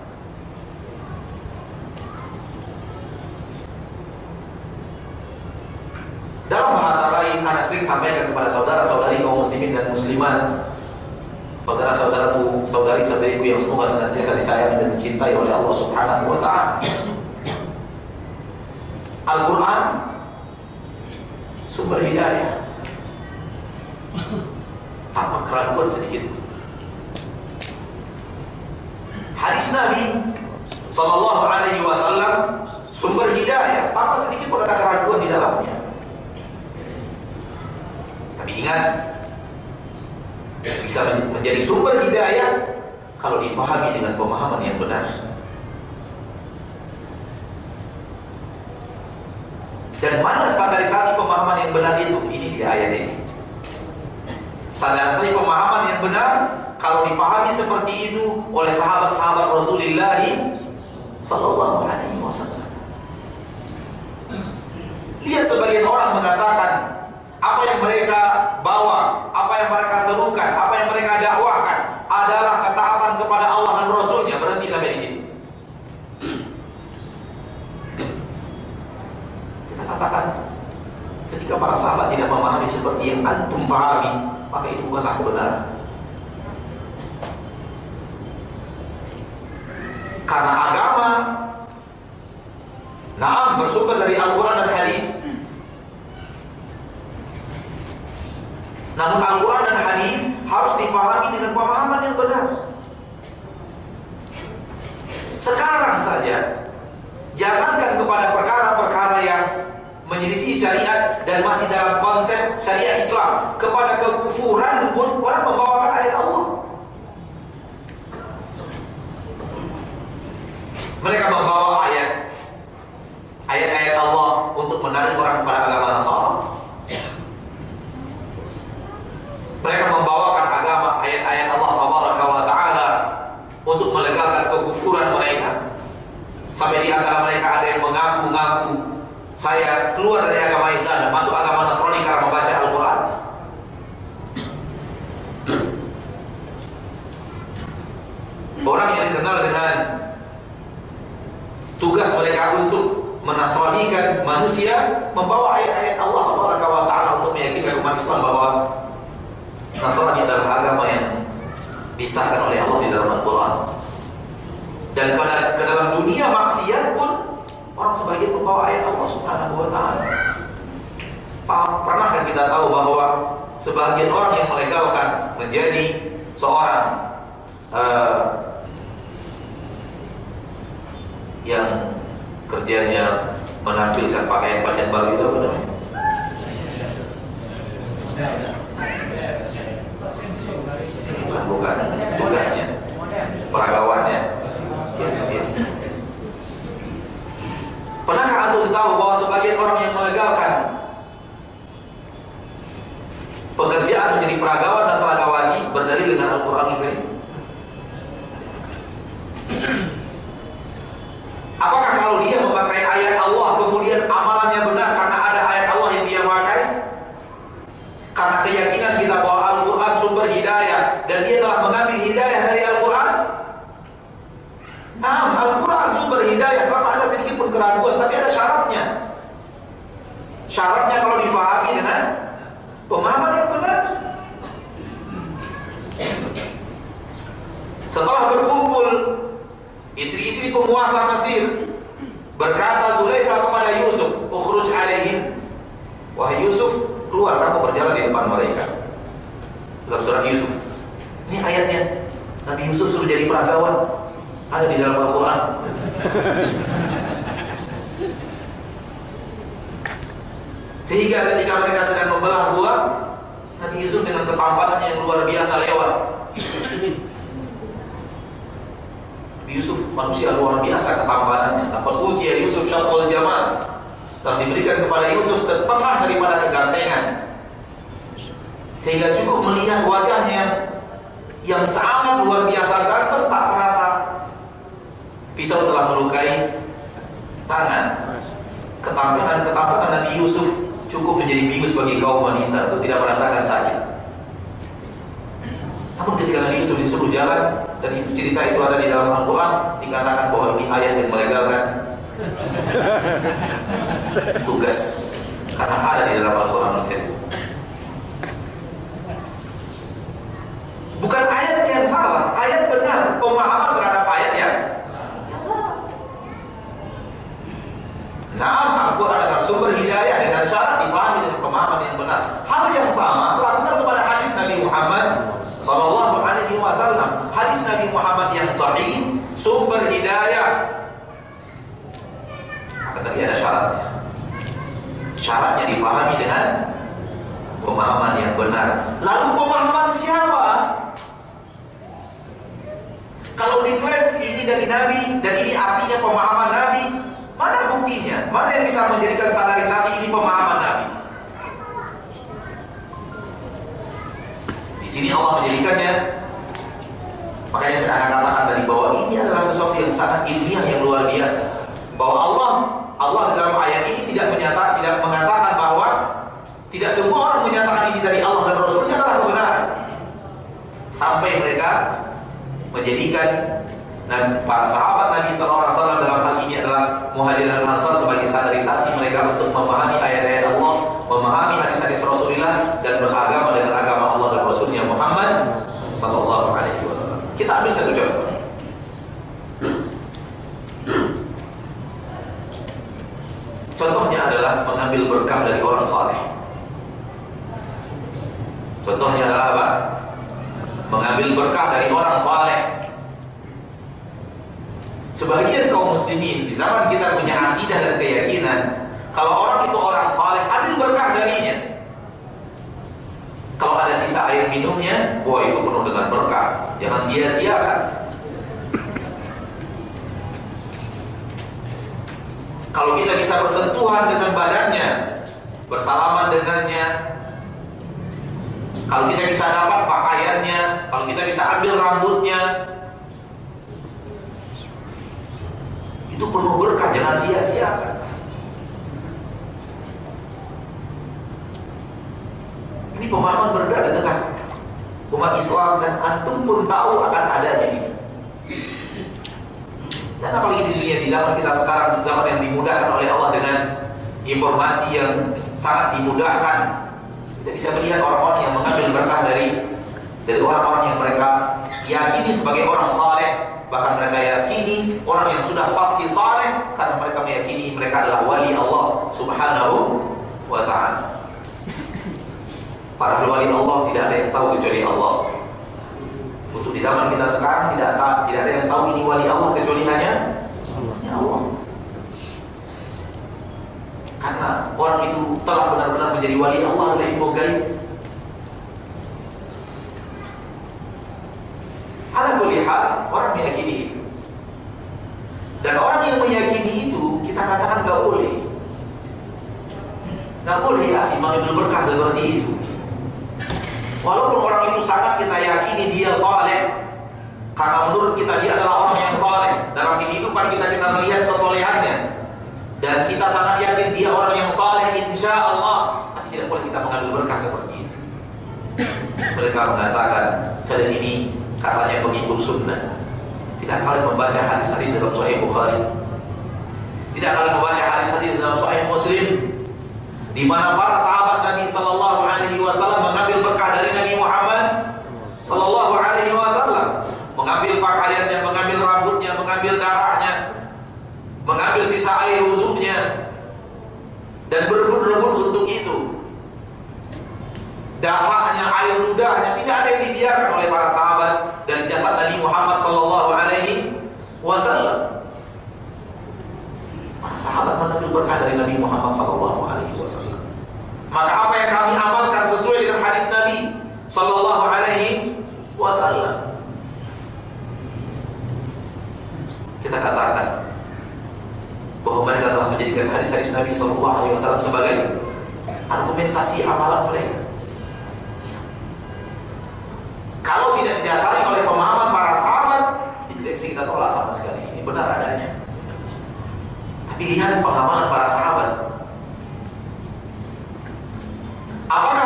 Dalam bahasa lain, Anda sering sampaikan kepada saudara-saudari kaum muslimin dan muslimat, saudara-saudaraku, saudari-saudariku yang semoga senantiasa disayangi dan dicintai oleh Allah Subhanahu wa Ta'ala. Al-Quran sumber hidayah tanpa keraguan sedikit. Hadis Nabi SAW sumber hidayah tanpa sedikit pun ada keraguan di dalamnya. Tapi ingat, bisa menjadi sumber hidayah kalau difahami dengan pemahaman yang benar. Dan mana standarisasi pemahaman yang benar itu? Ini di ayat ini. Standarisasi pemahaman yang benar kalau dipahami seperti itu oleh sahabat-sahabat Rasulullah SAW. Lihat sebagian orang mengatakan apa yang mereka bawa, apa yang mereka serukan, apa yang mereka dakwahkan adalah ketaatan kepada Allah dan Rasulnya. Berhenti sampai di sini. Kita katakan, ketika para sahabat tidak memahami seperti yang antum pahami, maka itu bukanlah kebenaran. Karena agama, naam, bersumber dari Al-Quran dan Hadis. Namun Al-Quran dan hadis harus difahami dengan pemahaman yang benar. Sekarang saja, jangankan kepada perkara-perkara yang menyelisih syariat dan masih dalam konsep syariat Islam, kepada kekufuran pun orang membawakan ayat Allah. Mereka membawa ayat-ayat Allah untuk menarik orang kepada agama Nasara. Mereka membawakan ayat-ayat Allah Tabaraka wa Ta'ala untuk melegalkan kekufuran mereka. Sampai di antara mereka ada yang mengaku-ngaku, saya keluar dari agama Islam dan masuk agama Nasrani karena membaca Al-Quran. Orang yang dikenal dengan tugas mereka untuk menasranikan manusia, membawa ayat-ayat Allah Taala untuk meyakinkan umat Islam bahwa Nasrani adalah agama yang disahkan oleh Allah di dalam Al-Quran. Dan ke dalam dunia maksiat pun orang sebagian membawa ayat Allah Subhanahu wa Ta'ala. Pernahkah kita tahu bahwa sebagian orang yang melegalkan menjadi seorang yang kerjanya menampilkan pakaian-pakaian baru itu apa namanya? Bukan tugasnya, peragawannya. Pernahkah antum tahu bahwa sebagian orang yang melegalkan pekerjaan menjadi peragawan dan peragawati berdalil dengan Al-Quran Al-Karim? Apakah kalau dia memakai ayat Allah kemudian amalannya benar karena ada ayat Allah yang dia pakai? Karena keyakinan kita bahwa Al-Quran sumber hidayah dan dia telah mengambil hidayah dari Al-Quran. Nah, Al-Quran sumber hidayah, maka ada sedikit pun keraguan, tapi ada syaratnya. Syaratnya kalau difahami dengan pemahaman yang benar. Setelah berkumpul istri-istri penguasa Mesir, berkata Zulaikha kepada Yusuf, "Ukhruj alaihim." Wahai Yusuf, keluar, kamu berjalan di depan mereka. Dalam surat Yusuf. Ini ayatnya. Nabi Yusuf suruh jadi peragawan. Ada di dalam Al-Quran. Sehingga ketika mereka sedang membelah buah, Nabi Yusuf dengan ketampanannya yang luar biasa lewat. Nabi Yusuf manusia luar biasa ketampanannya. Laqad utiya Yusuf syarrul jamal. Telah diberikan kepada Yusuf setengah daripada kegantengan, sehingga cukup melihat wajahnya yang sangat luar biasa ganteng, tak terasa pisau telah melukai tangan. Ketampanan Nabi Yusuf cukup menjadi bius bagi kaum wanita untuk tidak merasakan sakit. Namun ketika Nabi Yusuf disuruh jalan, dan itu cerita itu ada di dalam Al-Quran, dikatakan bahwa ini ayat yang melegalkan tugas, karena ada di dalam Al-Quran Al-Karim. Bukan ayat yang salah, ayat benar, pemahaman terhadap ayat yang salah. Nah, Al-Quran adalah sumber hidayah dengan cara dipahami dengan pemahaman yang benar. Hal yang sama lakukan kepada hadis Nabi Muhammad Sallallahu Alaihi Wasallam. Hadis Nabi Muhammad yang sahih, sumber hidayah. Tetapi ada syaratnya. Syaratnya dipahami dengan pemahaman yang benar. Lalu pemahaman siapa? Kalau diklaim ini dari Nabi dan ini artinya pemahaman Nabi, mana buktinya? Mana yang bisa menjadikan standarisasi ini pemahaman Nabi? Di sini Allah menjadikannya. Makanya saya akan katakan tadi bahwa ini adalah sesuatu yang sangat ilmiah, yang luar biasa. Bahwa Allah dalam ayat ini tidak mengatakan bahwa tidak semua orang menyatakan ini dari Allah dan Rasulnya adalah kebenaran. Sampai mereka menjadikan para sahabat Nabi SAW dalam hal ini adalah Muhajirin dan Ansar sebagai standarisasi mereka untuk memahami ayat-ayat Allah, memahami hadis-hadis Rasulullah, dan beragama dengan agama Allah dan Rasulnya Muhammad Sallallahu Alaihi Wasallam. Kita ambil satu contoh. Contohnya adalah mengambil berkah dari orang saleh. Contohnya adalah apa? Mengambil berkah dari orang saleh. Sebagian kaum muslimin di zaman kita punya akidah dan keyakinan kalau orang itu orang saleh, ambil berkah darinya. Kalau ada sisa air minumnya, wah itu penuh dengan berkah. Jangan sia-siakan. Kalau kita bisa bersentuhan dengan badannya, bersalaman dengannya, kalau kita bisa dapat pakaiannya, kalau kita bisa ambil rambutnya, itu penuh berkah, jangan sia-siakan. Ini pemahaman berada di tengah umat Islam dan antum pun tahu akan adanya itu. Dan apalagi di dunia di zaman kita sekarang, zaman yang dimudahkan oleh Allah dengan informasi yang sangat dimudahkan, kita bisa melihat orang-orang yang mengambil berkah dari orang-orang yang mereka yakini sebagai orang saleh. Bahkan mereka yakini orang yang sudah pasti saleh karena mereka meyakini mereka adalah wali Allah Subhanahu wa ta'ala. Padahal wali Allah tidak ada yang tahu kecuali Allah. Untuk di zaman kita sekarang tidak ada yang tahu ini wali Allah kecuali hanya Allah. Karena orang itu telah benar-benar menjadi wali Allah adalah ilmu gaib. Ala kulli hal, orang meyakini itu. Dan orang yang meyakini itu kita katakan gak boleh. Gak boleh ya mengambil berkah seperti itu. Walaupun orang itu sangat kita yakini dia saleh, karena menurut kita dia adalah orang yang saleh. Dalam kehidupan kita melihat kesolehannya, dan kita sangat yakin dia orang yang saleh insya Allah. Tapi tidak boleh kita mengambil berkah seperti itu. Mereka mengatakan kalian ini katanya pengikut sunnah. Tidak kalian membaca hadis-hadis dalam Sahih Bukhari, tidak kalian membaca hadis-hadis dalam Sahih Muslim, di mana para sahabat Nabi Sallallahu Alaihi Wasallam mengambil berkah dari Nabi Muhammad Sallallahu Alaihi Wasallam, mengambil pakaiannya, mengambil rambutnya, mengambil darahnya, mengambil sisa air wudhunya, dan berebut-rebut untuk itu. Dahaknya, air ludahnya, tidak ada yang dibiarkan oleh para sahabat dari jasad Nabi Muhammad Sallallahu Alaihi Wasallam. Para sahabat mengambil berkah dari Nabi Muhammad Sallallahu Alaihi Wasallam. Maka apa yang kami amalkan sesuai dengan hadis Nabi Sallallahu Alaihi Wasallam. Kita katakan bahwa mereka telah menjadikan hadis-hadis Nabi Sallallahu Alaihi Wasallam sebagai argumentasi amalan mereka. Kalau tidak didasari oleh pemahaman para sahabat, ini tidak bisa kita tolak sama sekali. Ini benar adanya. Tapi lihat pengamalan para sahabat. Apakah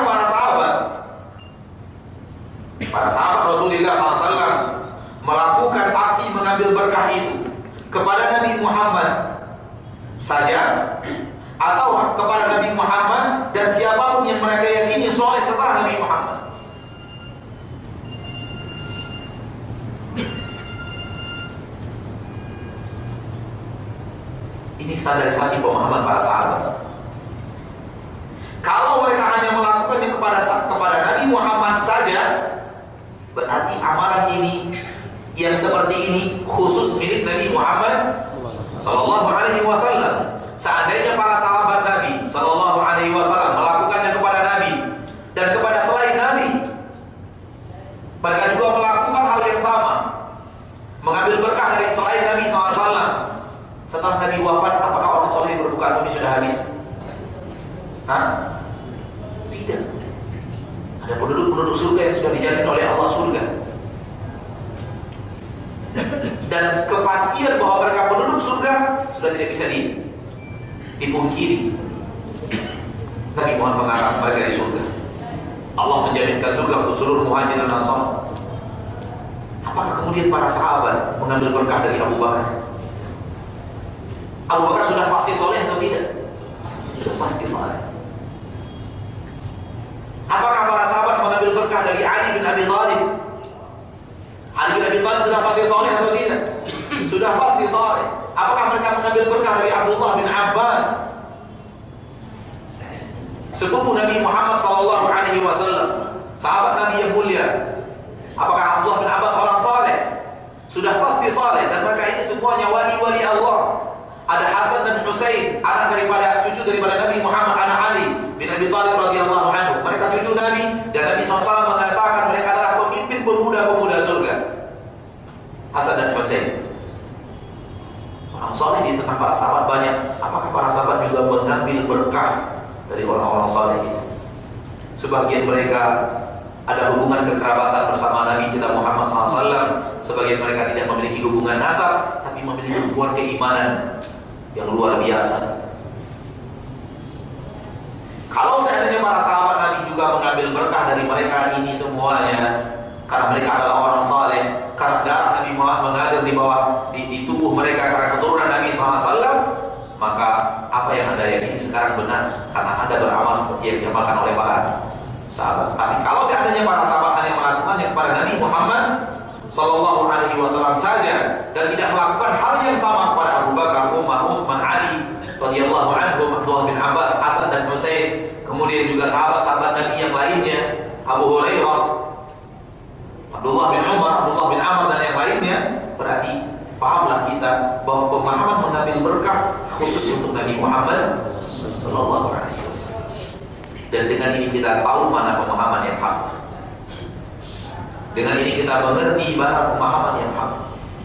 para sahabat Rasulullah SAW melakukan aksi mengambil berkah itu kepada Nabi Muhammad saja, atau kepada Nabi Muhammad dan siapapun yang mereka yakini soleh setelah Nabi Muhammad? Ini standarisasi pemahaman para sahabat. Kalau mereka hanya melakukannya kepada Nabi Muhammad saja, berarti amalan ini yang seperti ini khusus milik Nabi Muhammad Sallallahu Alaihi Wasallam. Seandainya para sahabat Nabi Sallallahu Alaihi Wasallam melakukannya kepada Nabi dan kepada selain Nabi, mereka juga melakukan hal yang sama, mengambil berkah dari selain Nabi SAW. Setelah Nabi wafat, apakah orang soleh di permukaan bumi sudah habis? Tidak. Ada penduduk-penduduk surga yang sudah dijamin oleh Allah surga. Dan kepastian bahwa mereka penduduk surga sudah tidak bisa dipungkiri. Nabi Muhammad mengatakan mereka di surga. Allah menjaminkan surga untuk seluruh muhajir dan ansar. Apakah kemudian para sahabat mengambil berkah dari Abu Bakar? Abu Bakar sudah pasti soleh atau tidak? Sudah pasti soleh. Apakah para sahabat mengambil berkah dari Ali bin Abi Thalib? Ali bin Abi Thalib sudah pasti soleh atau tidak? Sudah pasti soleh. Apakah mereka mengambil berkah dari Abdullah bin Abbas, sepupu Nabi Muhammad Sallallahu Alaihi Wasallam? sahabat Nabi yang mulia. Apakah Abdullah bin Abbas orang saleh? Sudah pasti saleh, dan mereka ini semuanya wali-wali Allah. Ada Hasan dan Husain, anak daripada cucu daripada Nabi Muhammad, anak Ali bin Abi Thalib radhiyallahu anhu. Mereka cucu Nabi, dan Nabi SAW mengatakan mereka adalah pemimpin pemuda-pemuda surga. Hasan dan Husain. Orang saleh di tengah para sahabat banyak. Apakah para sahabat juga mengambil berkah dari orang-orang saleh itu? Sebagian mereka ada hubungan kekerabatan bersama Nabi kita Muhammad SAW. Sebagian mereka tidak memiliki hubungan nasab, tapi memiliki hubungan keimanan yang luar biasa. Kalau seandainya para sahabat Nabi juga mengambil berkah dari mereka ini semuanya, karena mereka adalah orang saleh, karena darah Nabi Muhammad mengalir di bawah di tubuh mereka karena keturunan Nabi SAW, maka apa yang Anda yakini sekarang benar, karena Anda beramal seperti yang diamalkan oleh para sahabat. Tapi kalau seandainya para sahabat hanya melakukannya kepada Nabi Muhammad Sallallahu Alaihi Wasallam saja dan tidak melakukan hal yang sama kepada Abu Bakar, Umar, Utsman, Ali radhiyallahu anhum, Abdullah bin Abbas, Hasan dan Husain, kemudian juga sahabat-sahabat Nabi yang lainnya, Abu Hurairah, Abdullah bin Umar, Abdullah bin Amr dan yang lainnya, berarti fahamlah kita bahwa pemahaman mengambil berkah khusus untuk Nabi Muhammad Sallallahu Alaihi Wasallam. Dan dengan ini kita tahu mana pemahaman yang hak. Dengan ini kita mengerti mana pemahaman yang hak.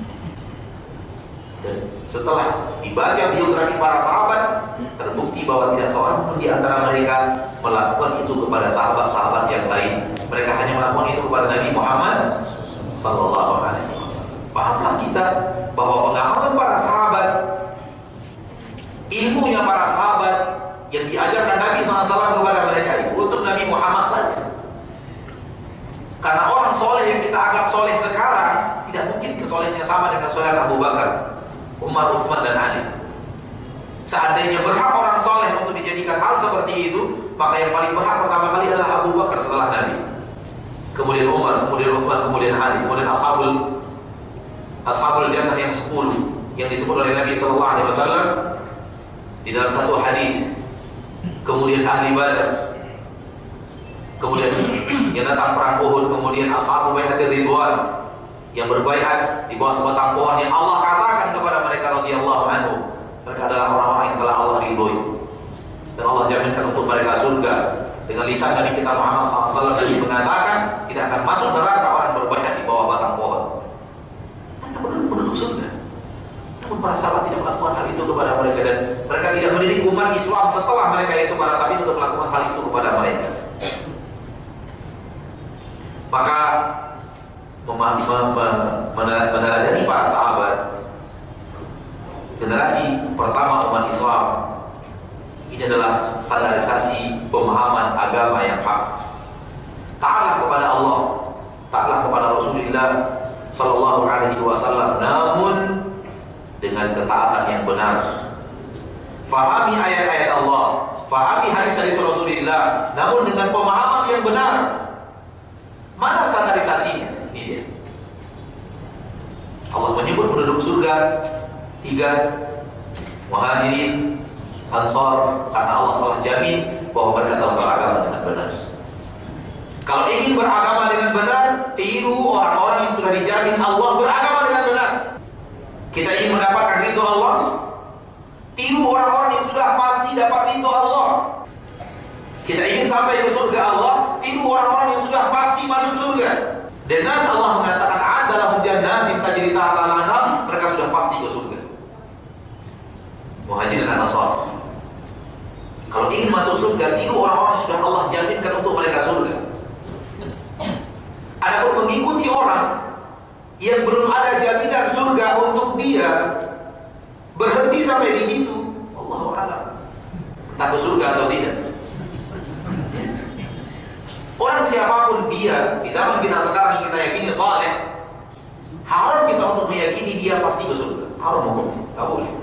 Dan setelah dibaca biografi para sahabat, terbukti bahwa tidak seorang pun di antara mereka melakukan itu kepada sahabat-sahabat yang lain. Mereka hanya melakukan itu kepada Nabi Muhammad Sallallahu Alaihi Wasallam. Pahamlah kita bahwa pengamalan para sahabat, ilmunya para sahabat yang diajarkan Nabi SAW kepada mereka itu untuk Nabi Muhammad saja. Karena orang soleh yang kita anggap soleh sekarang tidak mungkin kesolehnya sama dengan soleh Abu Bakar, Umar, Utsman dan Ali. Seandainya berhak orang soleh untuk dijadikan hal seperti itu, maka yang paling berhak pertama kali adalah Abu Bakar setelah Nabi. Kemudian Umar, kemudian Utsman, kemudian Ali, kemudian ashabul jannah yang 10 yang disebut oleh Nabi SAW di dalam satu hadis. Kemudian ahli Badar, kemudian yang datang perang Uhud, kemudian ashabu bai'atir ridwan yang berbaiat di bawah sebatang pohon yang Allah katakan kepada mereka radhiyallahu anhu, mereka adalah orang-orang yang telah Allah ridhoi dan Allah jaminkan untuk mereka surga. Dengan lisan Nabi kita Muhammad SAW yang mengatakan tidak akan masuk neraka orang berbaiat di bawah batang pohon. Mereka penduduk surga. Namun para sahabat tidak melakukan hal itu kepada mereka, dan mereka tidak mendidik umat Islam setelah mereka yaitu para tabi'in untuk melakukan hal itu kepada mereka. Maka meneladani para sahabat, generasi pertama umat Islam, ini adalah standarisasi pemahaman agama yang hak. Taatlah kepada Allah, taatlah kepada Rasulullah Sallallahu Alaihi Wasallam, namun dengan ketaatan yang benar. Fahami ayat-ayat Allah, fahami hadis-hadis Rasulullah, namun dengan pemahaman yang benar. Mana standarisasinya? Ini dia. Allah menyebut penduduk surga 3, Muhajirin, Ansar, karena Allah telah jamin bahwa mereka telah beragama dengan benar. Kalau ingin beragama dengan benar, tiru orang-orang yang sudah dijamin Allah beragama dengan benar. Kita ingin mendapatkan ridho Allah, tiru orang-orang yang sudah pasti dapat ridho Allah. Kita ingin sampai ke surga Allah, tiru orang-orang yang sudah pasti masuk surga. Dengan Allah mengatakan adalahum jannatin tajri tahtaha al-anhar, mereka sudah pasti ke surga. Muhajirin dan Ansar. Kalau ingin masuk surga, tiru orang-orang yang sudah Allah jaminkan untuk mereka surga. Adapun mengikuti orang yang belum ada jaminan surga untuk dia, berhenti sampai di situ, Allahu a'lam, entah ke surga atau tidak. Orang siapapun dia, di zaman kita sekarang yang kita yakini saleh, haram kita untuk meyakini dia pasti ke surga. Haram hukumnya, tak boleh.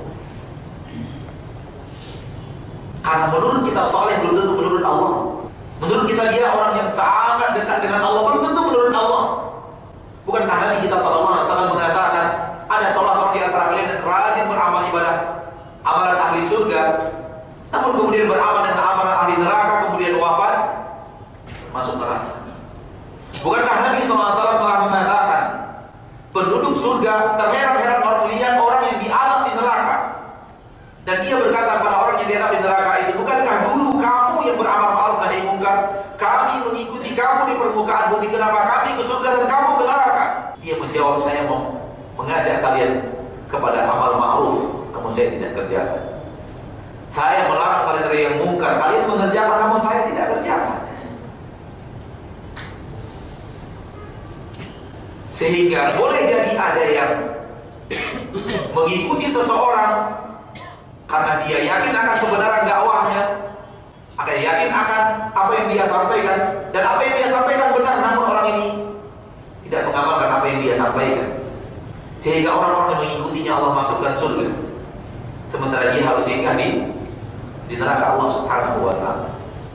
Karena menurut kita saleh belum tentu menurut Allah. Menurut kita dia orang yang sangat dekat dengan Allah, belum tentu menurut Allah. Bukankah Nabi kita SAW mengatakan ada salah seorang di antara kalian yang rajin beramal ibadah, amalan ahli surga, namun kemudian beramal dengan amalan ahli neraka, kemudian wafat masuk neraka. penduduk surga terheran-heran orang melihat orang yang diazab di neraka. Dan ia berkata kepada orang yang diazab di neraka itu, bukankah dulu kamu yang beramar ma'ruf nahi munkar? Kami mengikuti kamu di permukaan bumi, kenapa kami ke surga dan kamu ke neraka? Dia menjawab, saya mau mengajak kalian kepada amal ma'ruf, namun saya tidak kerjakan. Saya melarang kalian dari yang mungkar, kalian mengerjakan namun saya tidak kerjakan. Sehingga boleh jadi ada yang mengikuti seseorang karena dia yakin akan kebenaran dakwahnya, akan yakin akan apa yang dia sampaikan, dan apa yang dia sampaikan benar, namun orang ini tidak mengamalkan apa yang dia sampaikan, sehingga orang-orang yang mengikutinya Allah masukkan surga, sementara dia harus singgah di neraka Allah Subhanahu wa ta'ala.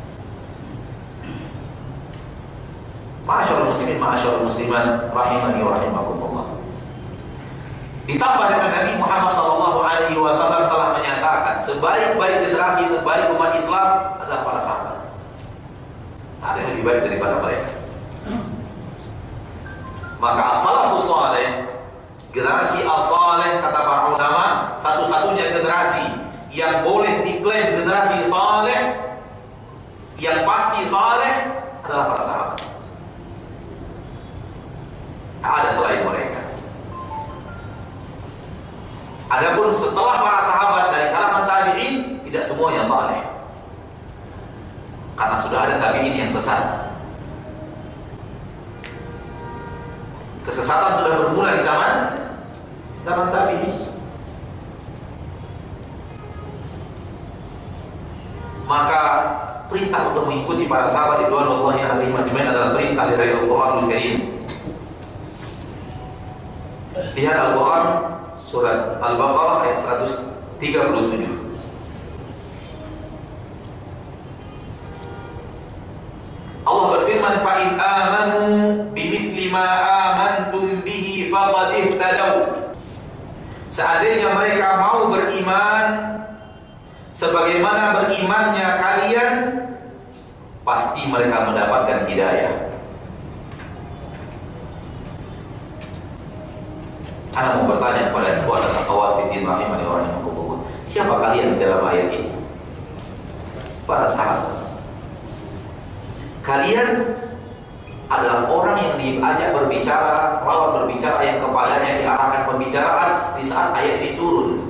Ma'asyarul muslimin, ma'asyarul musliman, rahimani wa rahimakumullah. Ditambah dengan Nabi Muhammad SAW telah menyatakan sebaik-baik generasi terbaik umat Islam adalah para sahabat. Tak ada yang lebih baik daripada mereka. Maka as-salafus saleh, generasi as-saleh, kata para ulama, satu-satunya generasi yang boleh diklaim generasi saleh, yang pasti saleh, adalah para sahabat. Tak ada selain mereka. Adapun setelah para sahabat dari kalangan tabi'in, tidak semuanya saleh, karena sudah ada tabi'in yang sesat. Kesesatan sudah bermula di zaman tabi'in. Maka perintah untuk mengikuti para sahabat ridwanullahi alaihim ajmain adalah perintah dari Al-Qur'anul Karim. Lihat Al-Quran surat Al-Baqarah ayat 137. Allah berfirman, fa in amanu bimithli ma amantum bihi faqad ihtadaw. Seandainya mereka mau beriman sebagaimana berimannya kalian, pasti mereka mendapatkan hidayah. Ana mau bertanya kepada ikhwan dan akhwat fiddin rahimani wa rahimakumullah, siapa kalian di dalam ayat ini? Para sahabat. Kalian adalah orang yang diajak berbicara, lawan berbicara yang kepadanya diarahkan pembicaraan di saat ayat ini turun.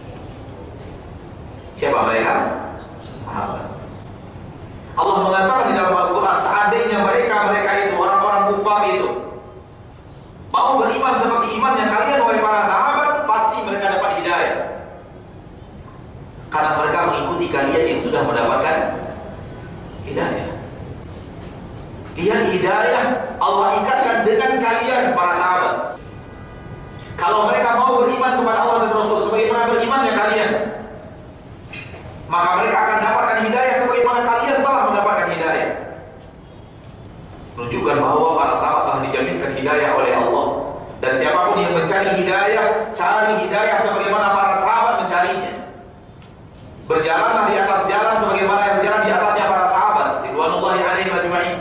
Siapa mereka? Sahabat. Allah mengatakan di dalam Al-Quran, seandainya mereka itu, orang-orang kufar itu, mau beriman seperti imannya kalian, wahai para sahabat, pasti mereka dapat hidayah. Karena mereka mengikuti kalian yang sudah mendapatkan hidayah. Lihat hidayah Allah ikatkan dengan kalian para sahabat. Kalau mereka mau beriman kepada Allah dan Rasul sebagaimana berimannya kalian, maka mereka akan dapatkan hidayah sebagaimana kalian telah mendapatkan hidayah. Menunjukkan bahwa para sahabat telah dijaminkan hidayah oleh Allah. Dan siapapun yang mencari hidayah, cari hidayah sebagaimana para sahabat mencarinya. Berjalanlah di atas jalan sebagaimana yang berjalan di atasnya para sahabat ridwanullahi alaihim ajma'in.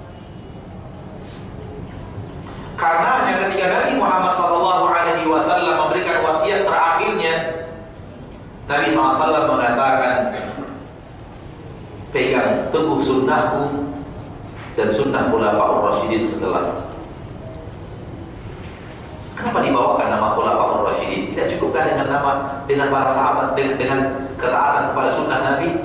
Karenanya ketika Nabi Muhammad SAW memberikan wasiat terakhirnya, Nabi SAW mengatakan, pegang teguh sunnahku dan sunnah khulafaur rasyidin setelah. Kenapa dibawakan nama khulafaur rasyidin? Tidak cukupkah dengan para sahabat, dengan ketaatan kepada sunnah Nabi?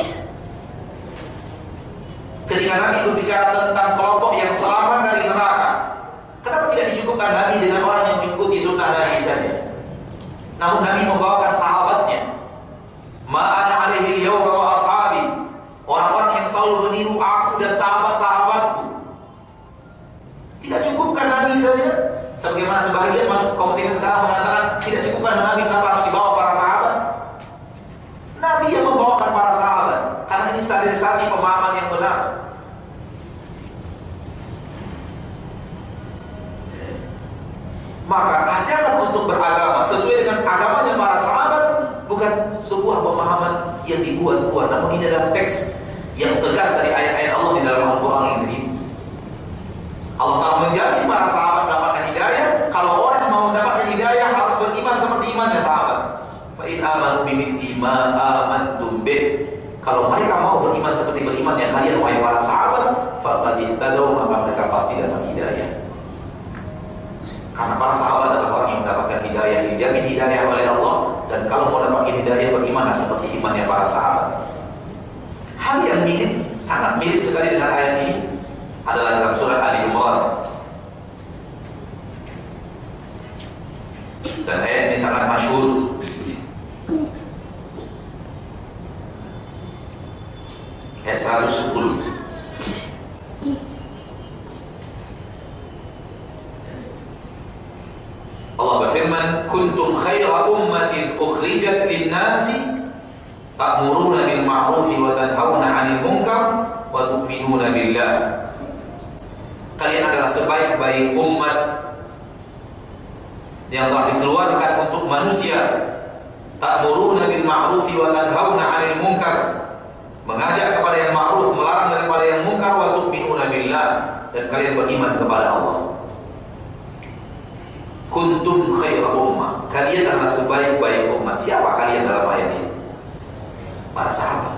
Ketika Nabi berbicara tentang kelompok yang selamat dari neraka, kenapa tidak dicukupkan Nabi dengan orang yang mengikuti sunnah Nabi saja? Namun Nabi membawakan sahabatnya, ma'ana alaihi al-yawma wa ashabi, orang-orang yang selalu meniru aku dan sahabat-sahabatku. Tidak cukupkan Nabi saja? Sebagaimana sebagian kaum muslimin sekarang mengatakan, tidak cukupkan Nabi, kenapa harus dibawa para sahabat? Nabi yang membawakan para sahabat, karena ini standarisasi pemahaman yang benar. Maka ajaran untuk beragama sesuai dengan agamanya para sahabat bukan sebuah pemahaman yang dibuat-buat, namun ini adalah teks yang tegas dari ayat-ayat Allah di dalam Al-Quran ini. Allah telah menjamin para sahabat mendapatkan hidayah. Kalau orang mau mendapatkan beriman yang kalian wahai para sahabat, faqad ihtadaw, maka mereka pasti dapat hidayah. Karena para sahabat adalah orang yang mendapatkan hidayah, dijamin hidayah oleh Allah. Dan kalau mau dapat hidayah, bagaimana seperti imannya para sahabat. Hal yang mirip, sangat mirip sekali dengan ayat ini adalah dalam surat Ali Imran. Dan ayat ini sangat masyhur. Ayat 110. Allah berfirman, kuntum khaira ummatin ukhrijat lin-nasi ta'muruna bil ma'rufi wa tanhauna 'anil munkar wa tu'minuna billah. Kalian adalah sebaik-baik umat yang telah dikeluarkan untuk manusia. Ta'muruna bil ma'rufi wa tanhauna 'anil munkar, mengajak kepada yang ma'ruf, melarang daripada yang munkar, wa tu'minuna billah, dan kalian beriman kepada Allah. Kuntum khaira ummah, kalian adalah sebaik-baik umat. Siapa kalian dalam ayat ini? Para sahabat.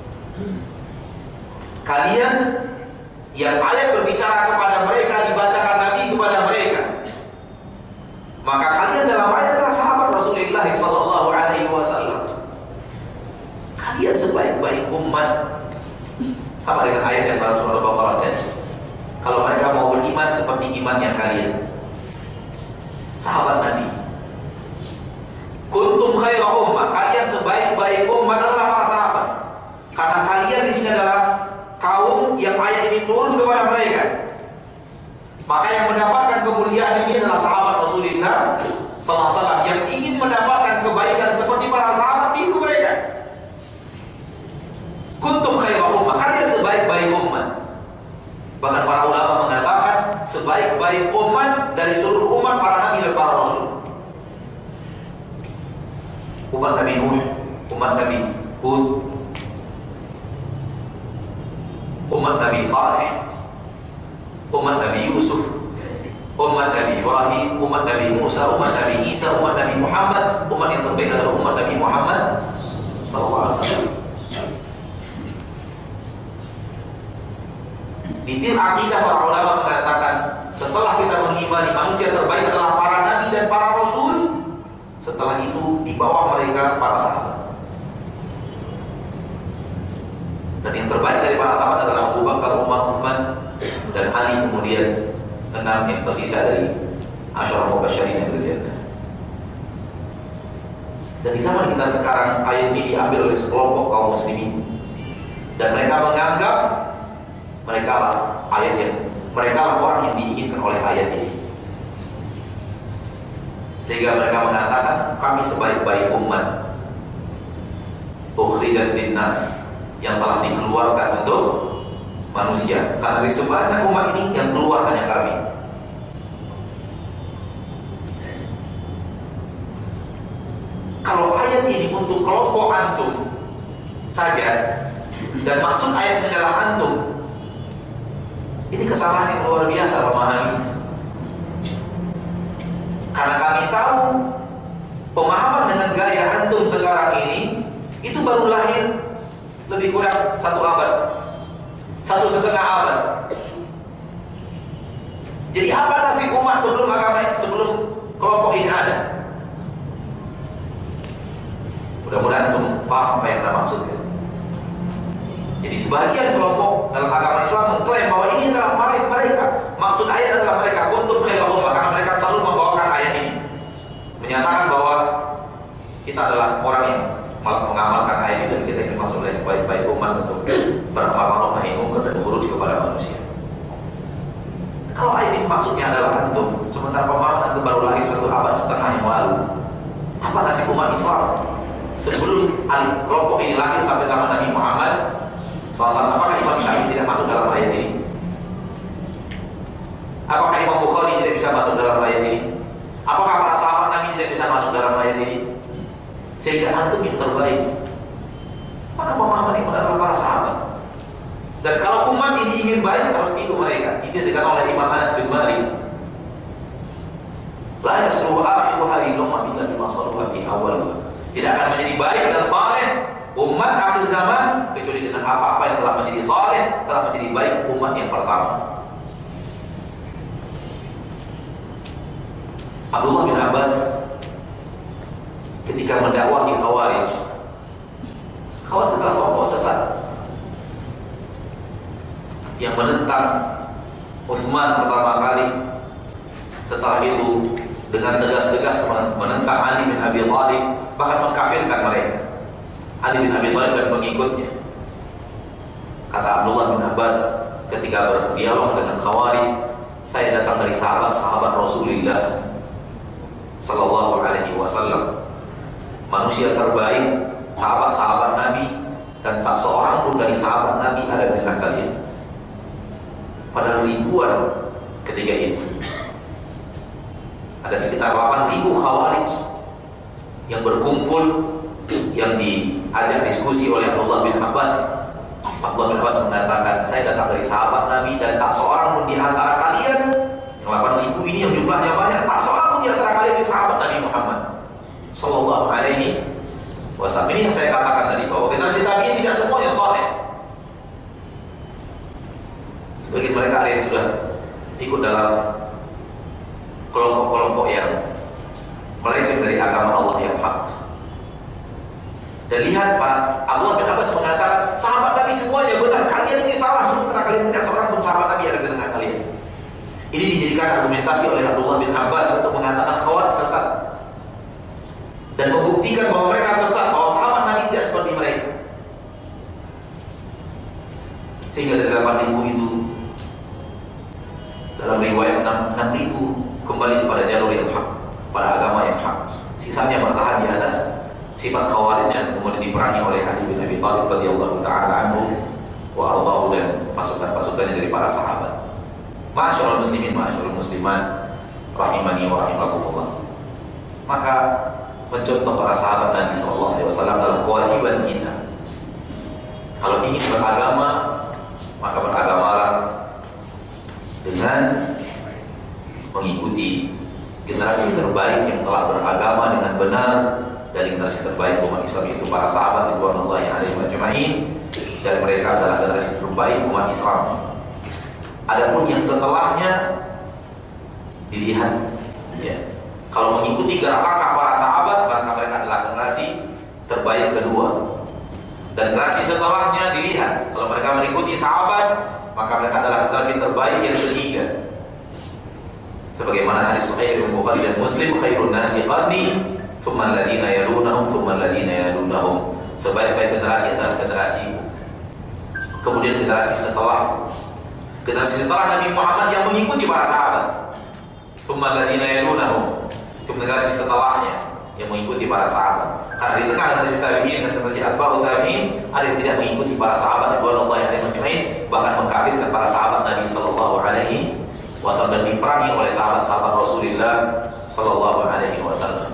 Kalian yang ayat berbicara kepada mereka, dibacakan Nabi kepada mereka. Maka kalian dalam ayat adalah sahabat Rasulullah sallallahu alaihi wasallam. Kalian sebaik-baik umat. Sama dengan ayat yang dalam surah Al-Baqarah tadi. Kalau mereka mau beriman seperti imannya kalian, sahabat Nabi. Kuntum khaira ummah, kalian sebaik-baik umat adalah para sahabat. Karena kalian di sini adalah kaum yang ayat ini turun kepada mereka. Maka yang mendapatkan kemuliaan ini adalah sahabat Rasulullah sallallahu alaihi wasallam yang ingin mendapatkan kebaikan seperti para sahabat itu mereka. Kuntum khaira ummah, kalian sebaik-baik umat. Bahkan para ulama mengatakan sebaik-baik umat dari seluruh umat para nabi dan para rasul. Umat Nabi Nuh, umat Nabi Hud, umat Nabi Saleh, umat Nabi Yusuf, umat Nabi Ibrahim, umat Nabi Musa, umat Nabi Isa, umat Nabi Muhammad. Umat yang terbaik adalah umat Nabi Muhammad sallallahu alaihi wasallam. Di tim akidah para ulama mengatakan setelah kita mengimani manusia terbaik adalah para nabi dan para rasul, setelah itu di bawah mereka para sahabat. Dan yang terbaik dari para sahabat adalah Abu Bakar, Umar, Uthman, dan Ali, kemudian 6 yang tersisa dari Asyarah Mubasysyirin bil Jannah. Dan di zaman kita sekarang ayat ini diambil oleh sekelompok kaum muslimin dan mereka menganggap mereka lah ayat yang mereka lah orang yang diinginkan oleh ayat ini, sehingga mereka mengatakan kami sebaik-baik umat ukhrijat linnas, yang telah dikeluarkan untuk manusia. Karena dari sebanyak umat ini yang keluar hanya kami. Kalau ayat ini untuk kelompok antum saja dan maksud ayat ini adalah antum, ini kesalahan yang luar biasa memahami. Karena kami tahu pemahaman dengan gaya antum sekarang ini itu baru lahir lebih kurang 1 abad, 1,5 abad. Jadi apa nasib umat sebelum agama, sebelum kelompok ini ada? Mudah-mudahan antum paham apa yang Anda maksudkan. Jadi sebagian kelompok dalam agama Islam mengklaim bahwa ini adalah mereka. Maksud ayat adalah mereka, kuntum khaira ummah, karena mereka selalu membawakan ayat ini, menyatakan bahwa kita adalah orang yang mengamalkan ayat ini dan kita ini masuk oleh sebaik-baik umat untuk beramal ma'ruf nahi munkar dan khuruj kepada manusia. Kalau ayat ini maksudnya adalah antum, sementara pemahaman antum baru lahir 1,5 abad yang lalu, apa nasib umat Islam sebelum kelompok ini lahir sampai zaman Nabi Muhammad SAW? Apakah Imam Syafi'i tidak masuk dalam ayat ini? Apakah Imam Bukhari tidak bisa masuk dalam ayat ini? Apakah para sahabat Nabi tidak bisa masuk dalam ayat ini? Sehingga antum yang terbaik. Maka pemahaman itu adalah para sahabat. Dan kalau umat ini ingin baik, harus tiru mereka. Itu dikatakan oleh Imam Anas bin Malik, la yasluhu akhiru hadhihi al-ummah illa bima salaha bihi awwaluha. Tidak akan menjadi baik dan saleh umat akhir zaman kecuali dengan apa-apa yang telah menjadi saleh, telah menjadi baik umat yang pertama. Abdullah bin Abbas ketika mendakwahi Khawarij adalah kelompok sesat yang menentang Utsman pertama kali. Setelah itu dengan tegas-tegas menentang Ali bin Abi Thalib, bahkan mengkafirkan mereka, Ali bin Abi Thalib dan pengikutnya. Kata Abdullah bin Abbas ketika berdialog dengan Khawarij, saya datang dari sahabat-sahabat Rasulullah sallallahu alaihi wasallam, manusia terbaik, sahabat-sahabat Nabi, dan tak seorang pun dari sahabat Nabi ada di tengah kalian. Pada ribuan ketika itu ada sekitar 8.000 Khawarij yang berkumpul, yang diajak diskusi oleh Abdullah bin Abbas. Abdullah bin Abbas mengatakan, saya datang dari sahabat Nabi dan tak seorang pun di antara kalian, yang 8.000 ini yang jumlahnya banyak, tak seorang pun di antara kalian di sahabat Nabi Muhammad sallallahu alaihi wasallam. Ini yang saya katakan tadi, bahwa generasi tabi'in tidak semua yang soleh. Sebagian mereka ada yang sudah ikut dalam kelompok-kelompok yang melenceng dari agama Allah yang hak. Dan lihat, para Abdullah bin Abbas mengatakan, sahabat Nabi semuanya benar, kalian ini salah, sementara kalian tidak seorang pun sahabat Nabi ada di tengah kalian. Ini dijadikan argumentasi oleh Abdullah bin Abbas untuk mengatakan Khawarij sesat dan membuktikan bahwa mereka sesat, bahwa sahabat Nabi tidak seperti mereka. Sehingga dari 8.000 itu, dalam riwayat 6.000 kembali kepada jalur yang hak, pada agama yang hak. Sisanya bertahan di atas sifat Khawarij yang kemudian diperangi oleh Ali bin Abi Thalib radhiyallahu taala anhu wa ardhahu, dan pasukan-pasukannya dari para sahabat. Ma'asyiral muslimin, ma'asyiral muslimat, rahimani wa rahimakumullah. Maka mencontoh para sahabat Nabi sallallahu alaihi wasallam adalah kewajiban kita. Kalau ingin beragama, maka beragamalah dengan mengikuti generasi terbaik yang telah beragama dengan benar. Dari generasi terbaik umat Islam itu para sahabat ridwanullahi alaihim ajma'in, dan mereka adalah generasi terbaik umat Islam. Adapun yang setelahnya dilihat, ya, kalau mengikuti gerak langkah para sahabat, maka mereka adalah generasi terbaik kedua. Dan generasi setelahnya dilihat, kalau mereka mengikuti sahabat, maka mereka adalah generasi terbaik yang ketiga. Sebagaimana hadis sahih Imam Bukhari dan Muslim, khairun nasi qarni, thumma alladziina yalunahum, thumma alladziina yalunahum. Sebaik-baik generasi adalah generasi, kemudian generasi setelah Nabi Muhammad yang mengikuti para sahabat, thumma alladziina yalunahum, generasi setelahnya yang mengikuti para sahabat. Karena di tengah generasi tabi'in dan generasi atba'ut tabi'in ada yang tidak mengikuti para sahabat radhiyallahu anhum, bahkan mengkafirkan para sahabat Nabi sallallahu alaihi wasallam dan diperangi oleh sahabat-sahabat Rasulullah sallallahu alaihi wasallam.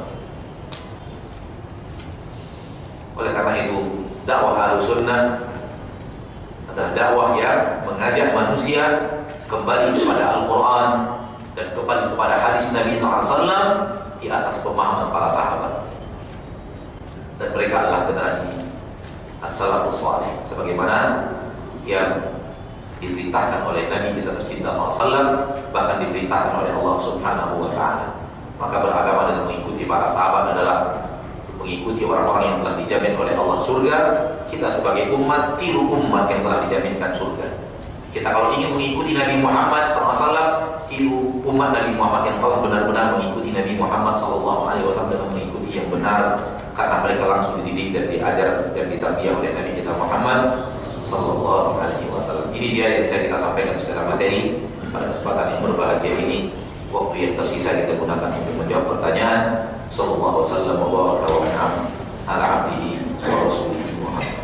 Oleh karena itu, dakwah Ahlussunnah adalah dakwah yang mengajak manusia kembali kepada Al-Quran dan kembali kepada hadis Nabi SAW di atas pemahaman para sahabat. Dan mereka adalah generasi as-salafus salih, sebagaimana yang diperintahkan oleh Nabi kita tercinta SAW, bahkan diperintahkan oleh Allah Subhanahu wa ta'ala. Maka beragama dengan mengikuti para sahabat adalah mengikuti orang-orang yang telah dijamin oleh Allah surga. Kita sebagai umat, tiru umat yang telah dijaminkan surga. Kita kalau ingin mengikuti Nabi Muhammad SAW, tiru umat Nabi Muhammad yang telah benar-benar mengikuti Nabi Muhammad SAW dengan mengikuti yang benar, karena mereka langsung dididik dan diajar dan ditarbiyah oleh Nabi kita Muhammad SAW. Ini dia yang bisa kita sampaikan secara materi pada kesempatan yang berbahagia ini. Waktu yang tersisa kita gunakan untuk menjawab pertanyaan. Sallallahu wasallam wa baraka wa an'ama ala abdihi wa rasulihi Muhammad.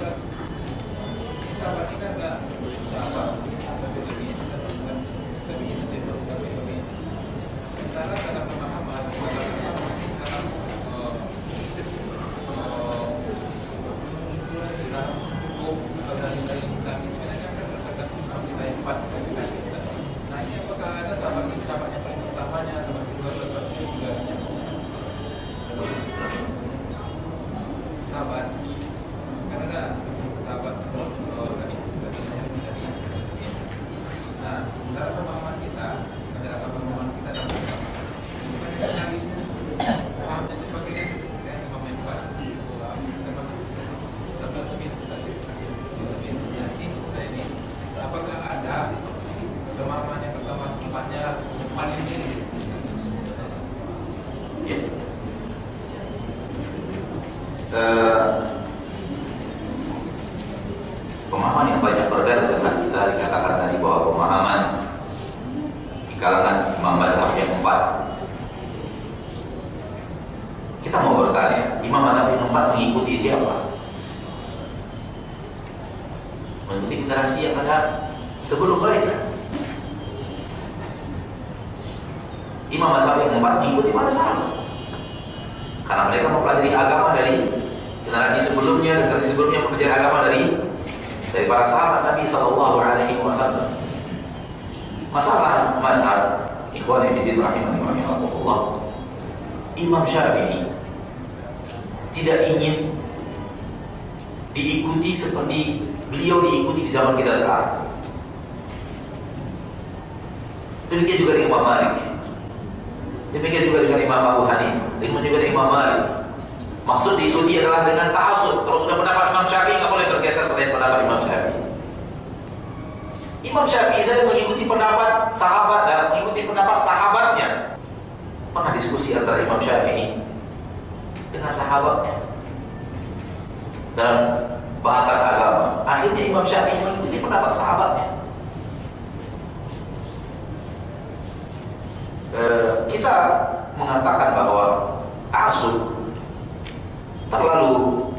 Sahabat kita enggak sahabat, tapi secara hukum atau dari kami sebenarnya kan berdasarkan hukum kita yang 4 dari kami. Nah ini apakah ada sahabat yang paling utamanya, sahabat kedua, sahabat ketiga? Sahabat, kan ada sahabat tadi. Nah, dalam pemahaman kita dalam cari paham dan sebagainya kan imam yang kuat termasuk lebih saja. Nanti setelah ini, apakah ada pemahaman yang pertama tempatnya yang paling mirip? Ya. Pemahaman yang banyak beredar dengan kita dikatakan tadi bahwa pemahaman di kalangan imam madhab yang 4. Kita mau bertanya, imam madhab yang 4 mengikuti siapa? Mengikuti generasi yang ada sebelum mereka. Imam madhab yang 4 mengikuti para sahabat, karena mereka mempelajari agama dari generasi sebelumnya mempelajari agama dari para sahabat Nabi Sallallahu Alaihi Wasallam. Masalah madhab, ikhwan fillah rahimahullah, Imam Syafi'i tidak ingin diikuti seperti beliau diikuti di zaman kita sekarang. Demikian juga dengan Imam Malik, demikian juga dengan Imam Abu Hanifah, demikian juga dengan Imam Malik. Maksud diikuti adalah dengan ta'assub. Kalau sudah pendapat Imam Syafi'i nggak boleh bergeser selain pendapat Imam Syafi'i. Imam Syafi'i saya mengikuti pendapat sahabat dan mengikuti pendapat sahabatnya. Pernah diskusi antara Imam Syafi'i dengan sahabatnya dalam bahasan agama. Akhirnya Imam Syafi'i mengikuti pendapat sahabatnya. Kita mengatakan bahwa ta'assub terlalu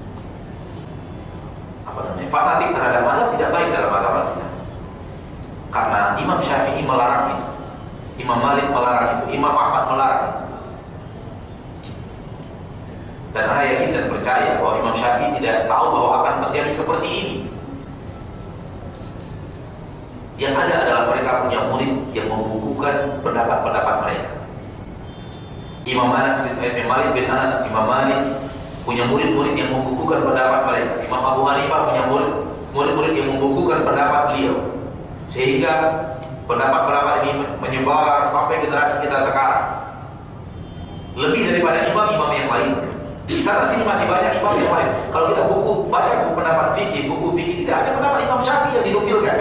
fanatik terhadap mazhab tidak baik dalam agama kita. Karena Imam Syafi'i melarang itu, Imam Malik melarang itu, Imam Ahmad melarang itu. Dan saya yakin dan percaya bahwa Imam Syafi'i tidak tahu bahwa akan terjadi seperti ini. Yang ada adalah mereka punya murid yang membukukan pendapat-pendapat mereka. Imam Malik bin Anas, Imam Malik punya murid-murid yang membukukan pendapat mereka. Imam Abu Hanifah punya murid-murid yang membukukan pendapat beliau, sehingga pendapat-pendapat ini menyebar sampai generasi kita sekarang. Lebih daripada imam-imam yang lain. Di sana sini masih banyak imam yang lain. Kalau kita baca buku pendapat fikih, buku fikih, tidak ada pendapat Imam Syafi'i yang dinukilkan.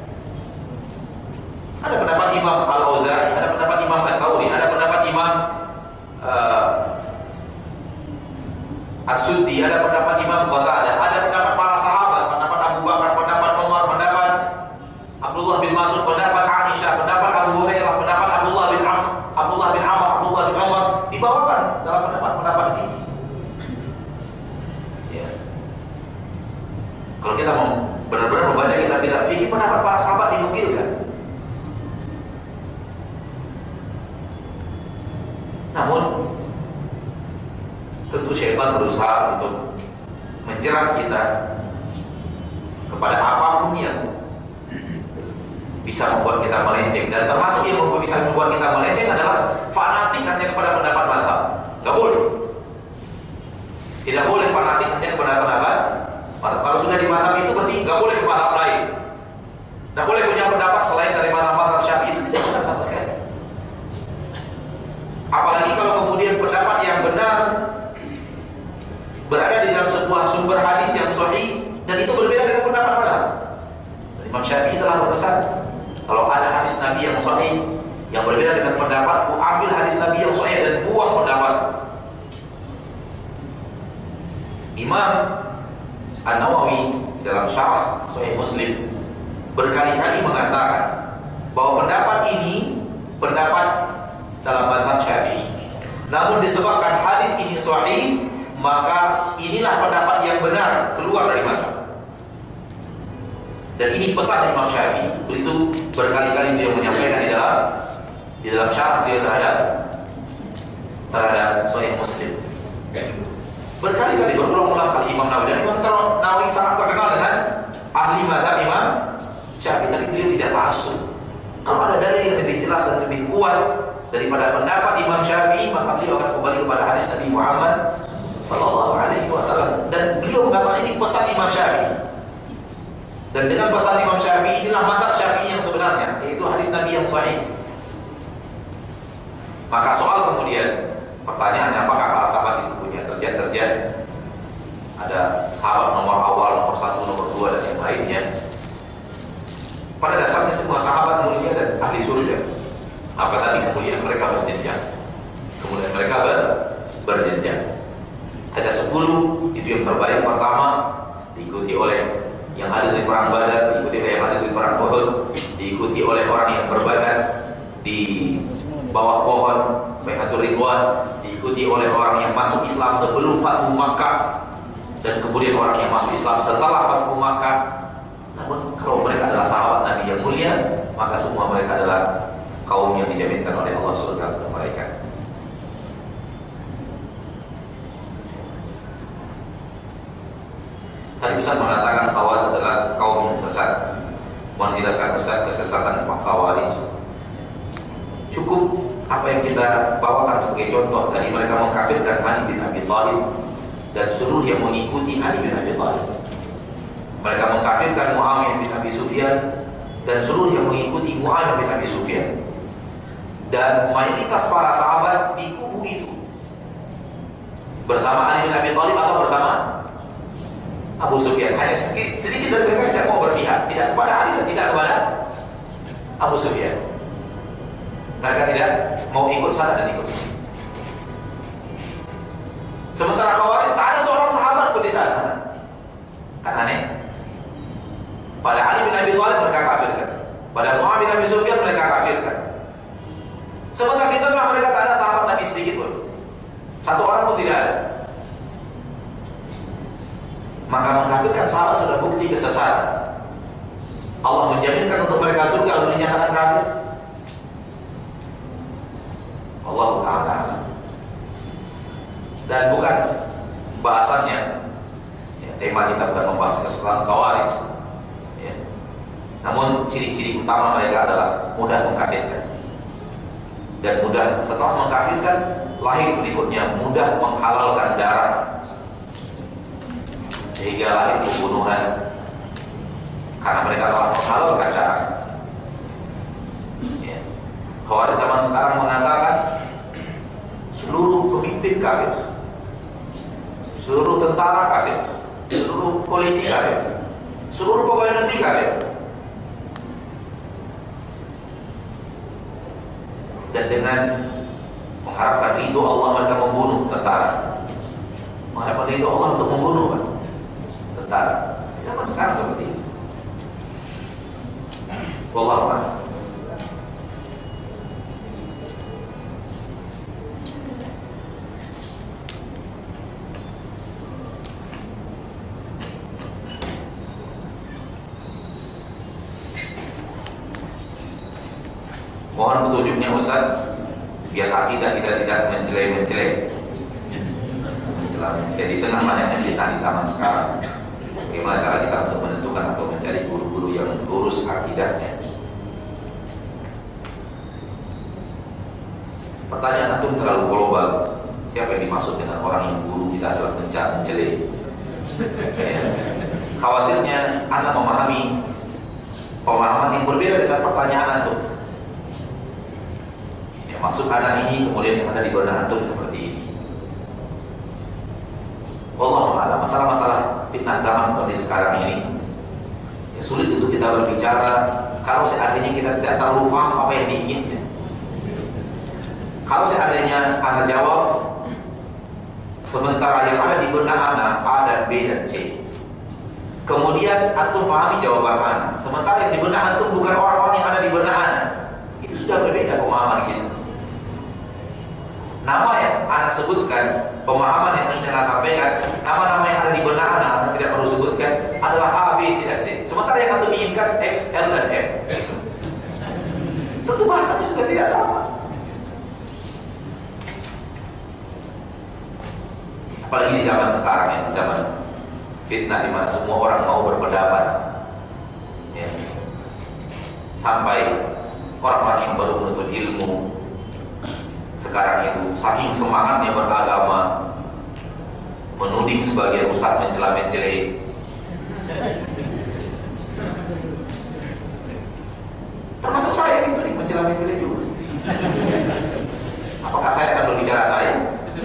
Ada pendapat Imam Al-Auza'i, ada pendapat Imam Al-Thawri, ada pendapat Imam As-Suddi, ada pendapat Imam Qatadah, ada pendapat para sahabat, pendapat Abu Bakar, pendapat Umar, pendapat Abdullah bin Mas'ud, pendapat Aisyah, pendapat Abu Hurairah, pendapat Abdullah bin Amr, Abdullah bin Umar dibawakan dalam pendapat fikih. Ya. Kalau kita mau benar-benar membaca kitab-kitab fikih, pendapat para sahabat dinukilkan. Namun tentu syaitan berusaha untuk menjerat kita kepada apapun yang bisa membuat kita melenceng, dan termasuk yang bisa membuat kita melenceng adalah fanatik hanya kepada pendapat mazhab. Gak boleh. Tidak boleh fanatik hanya kepada pendapat mazhab. Kalau sudah di mazhab itu berarti gak boleh ke mazhab lain. Gak boleh punya pendapat selain dari mazhab Syafi'i, itu tidak benar sama sekali. Apalagi kalau kemudian pendapat yang benar berada di dalam sebuah sumber hadis yang sahih dan itu berbeda dengan pendapat mazhab. Imam Syafi'i telah berpesan, kalau ada hadis Nabi yang sahih yang berbeda dengan pendapatku, ambil hadis Nabi yang sahih dan buang pendapat. Imam An-Nawawi dalam syarah Sahih Muslim berkali-kali mengatakan bahwa pendapat ini pendapat dalam mazhab Syafi'i. Namun disebabkan hadis ini sahih, maka inilah pendapat yang benar keluar dari mazhab. Dan ini pesan Imam Syafi'i. Itu berkali-kali dia menyampaikan di dalam syarah dia terhadap Sahih Muslim. Berkali-kali berulang-ulang kali Imam Nawawi, dan Imam Nawawi sangat terkenal dengan ahli mazhab Imam Syafi'i, tapi beliau tidak ta'assub. Kalau ada dalil yang lebih jelas dan lebih kuat daripada pendapat Imam Syafi'i, maka beliau akan kembali kepada hadis Nabi Muhammad sallallahu alaihi wasallam. Dan beliau mengatakan ini pesan Imam Syafi'i. Dan dengan pesan Imam Syafi'i inilah mazhab Syafi'i yang sebenarnya, yaitu hadis Nabi yang sahih. Maka soal kemudian pertanyaannya, apakah para sahabat itu punya derajat-derajat? Ada sahabat nomor awal, nomor 1, nomor 2 dan yang lainnya. Pada dasarnya semua sahabat mulia dan ahli surga. Apa tadi kemuliaan mereka berjenjang. Kemudian mereka berjenjang. Ada 10, itu yang terbaik pertama, diikuti oleh yang hadir di perang Badar, diikuti oleh yang hadir di perang Uhud, diikuti oleh orang yang berbaiat di bawah pohon Baiatul Ridwan, diikuti oleh orang yang masuk Islam sebelum Fathu Makkah, dan kemudian orang yang masuk Islam setelah Fathu Makkah. Namun kalau mereka adalah sahabat Nabi yang mulia, maka semua mereka adalah kaum yang dijaminkan oleh Allah surga kepada mereka. Tadi Ustaz mengatakan Khawarij adalah kaum yang sesat. Mohon dijelaskan Ustaz kesesatan Khawarij. Cukup apa yang kita bawakan sebagai contoh tadi, mereka mengkafirkan Ali bin Abi Thalib dan seluruh yang mengikuti Ali bin Abi Thalib. Mereka mengkafirkan Muawiyah bin Abi Sufyan dan seluruh yang mengikuti Muawiyah bin Abi Sufyan. Dan mayoritas para sahabat di kubu itu bersama Ali bin Abi Thalib atau bersama Abu Sufyan. Hanya sedikit dari mereka tidak mau berpihak, tidak kepada Ali dan tidak kepada Abu Sufyan. Mereka tidak mau ikut sana dan ikut sini. Sementara Khawarij tak ada seorang sahabat pun di sana. Kan aneh. Pada Ali bin Abi Thalib mereka kafirkan, pada Muawiyah bin Abi Sufyan mereka kafirkan. Sementara di tengah mereka tak ada sahabat Nabi sedikit pun, satu orang pun tidak ada. Maka mengkafirkan sahabat sudah bukti kesesatan. Allah menjaminkan untuk mereka surga lalu dinyatakan kafir. Allah Ta'ala. Dan bukan bahasannya ya, tema kita bukan membahas kesesatan Khawarij ya. Namun ciri-ciri utama mereka adalah mudah mengkafirkan. Dan mudah setelah mengkafirkan, lahir berikutnya mudah menghalalkan darah, sehingga lahir pembunuhan karena mereka telah menghalalkan darah ya. Khawarij zaman sekarang mengatakan seluruh pemimpin kafir, seluruh tentara kafir, seluruh polisi kafir, seluruh pegawai negeri kafir. Dan dengan mengharapkan ridho Allah mereka membunuh tentara, mengharapkan ridho Allah untuk membunuh tentara. Zaman sekarang seperti itu. Wallahu a'lam. Mohon petunjuknya Ustaz, biar akidah kita tidak mencela-mencela di tengah banyaknya fitnah di zaman sekarang. Bagaimana cara kita untuk menentukan atau mencari guru-guru yang lurus akidahnya? Pertanyaan antum terlalu global. Siapa yang dimaksud dengan orang yang guru kita adalah mencela? Ya. Khawatirnya Anda memahami pemahaman yang berbeda dengan pertanyaan antum. Maksud anak ini kemudian yang ada di benak antum seperti ini. Wallahu a'lam. Masalah-masalah fitnah zaman seperti sekarang ini ya sulit untuk kita berbicara kalau seandainya kita tidak terlalu paham apa yang diinginkan. Kalau seandainya Anda jawab sementara yang ada di benak Anda A dan B dan C, kemudian antum pahami jawaban Anda, sementara yang di benak antum bukan orang-orang yang ada di benak Anda, itu sudah berbeda pemahaman kita. Nama yang Anda sebutkan, pemahaman yang ingin Anda sampaikan, nama-nama yang ada di benak Anda tidak perlu sebutkan, adalah A, B, C, dan C. Sementara yang Anda inginkan X, L, dan M. Tentu bahasanya sudah tidak sama. Apalagi di zaman sekarang ya, di zaman fitnah di mana semua orang mau berpendapat, ya. Sampai orang-orang yang baru menuntut ilmu sekarang itu saking semangatnya beragama, menuding sebagian ustaz mencela-mencela. Termasuk saya itu mencela-mencela juga. Apakah saya akan berbicara saya?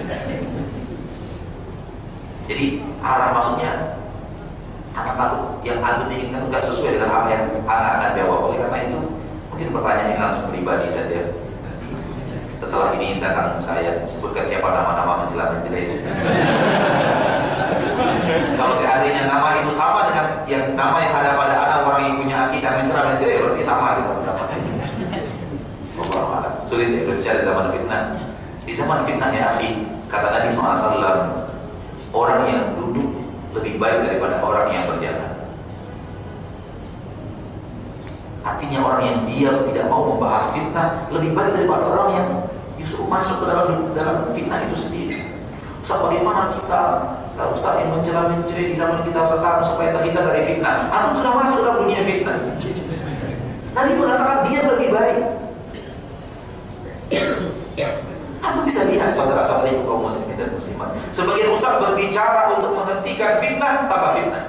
Jadi arah maksudnya anak takut yang antum inginkan itu gak sesuai dengan apa yang anak akan jawab. Oleh karena itu mungkin pertanyaan ini langsung pribadi saja. Setelah ini datang saya sebutkan siapa nama-nama mencela-mencela itu. Kalau seandainya nama itu sama dengan yang nama yang ada pada anak orang yang punya akidah mencela-mencela, ya berarti sama gitu pendapatnya. Sulit ya berbicara zaman fitnah. Di zaman fitnah ya akhi, kata Nabi SAW, orang yang duduk lebih baik daripada orang yang berjalan. Artinya orang yang diam tidak mau membahas fitnah lebih baik daripada orang yang justru masuk ke dalam fitnah itu sendiri. Ustaz, bagaimana kita Ustaz yang mencela-mencela di zaman kita sekarang supaya terhindar dari fitnah? Antum sudah masuk dalam dunia fitnah. Nabi mengatakan dia lebih baik. Antum bisa lihat saudara-saudari kaum muslimin dan muslimat, sebagian ustaz berbicara untuk menghentikan fitnah tanpa fitnah.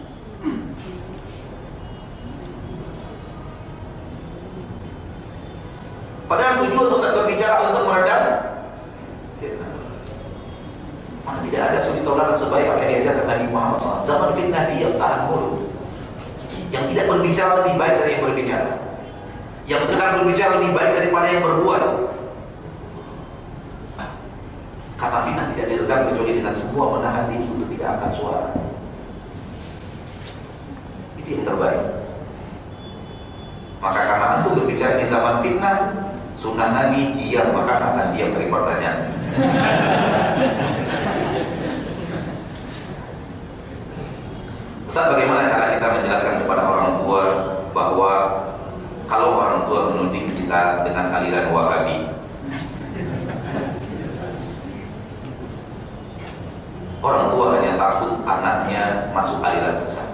Padahal tujuan ustaz berbicara untuk meredam fitnah. Maka tidak ada suri tauladan sebaik apa yang diajarkan Nabi Muhammad SAW. Zaman fitnah diam, tahan mulut. Yang tidak berbicara lebih baik dari yang berbicara. Yang sedang berbicara lebih baik daripada yang berbuat. Karena fitnah tidak diredam kecuali dengan semua menahan diri untuk tidak angkat suara. Itu yang terbaik. Maka karena antum berbicara di zaman fitnah, sunnah Nabi diam, maka akan diam dari pertanyaan. Ustaz, bagaimana cara kita menjelaskan kepada orang tua bahwa kalau orang tua menuding kita dengan aliran Wahabi, orang tua hanya takut anaknya masuk aliran sesat.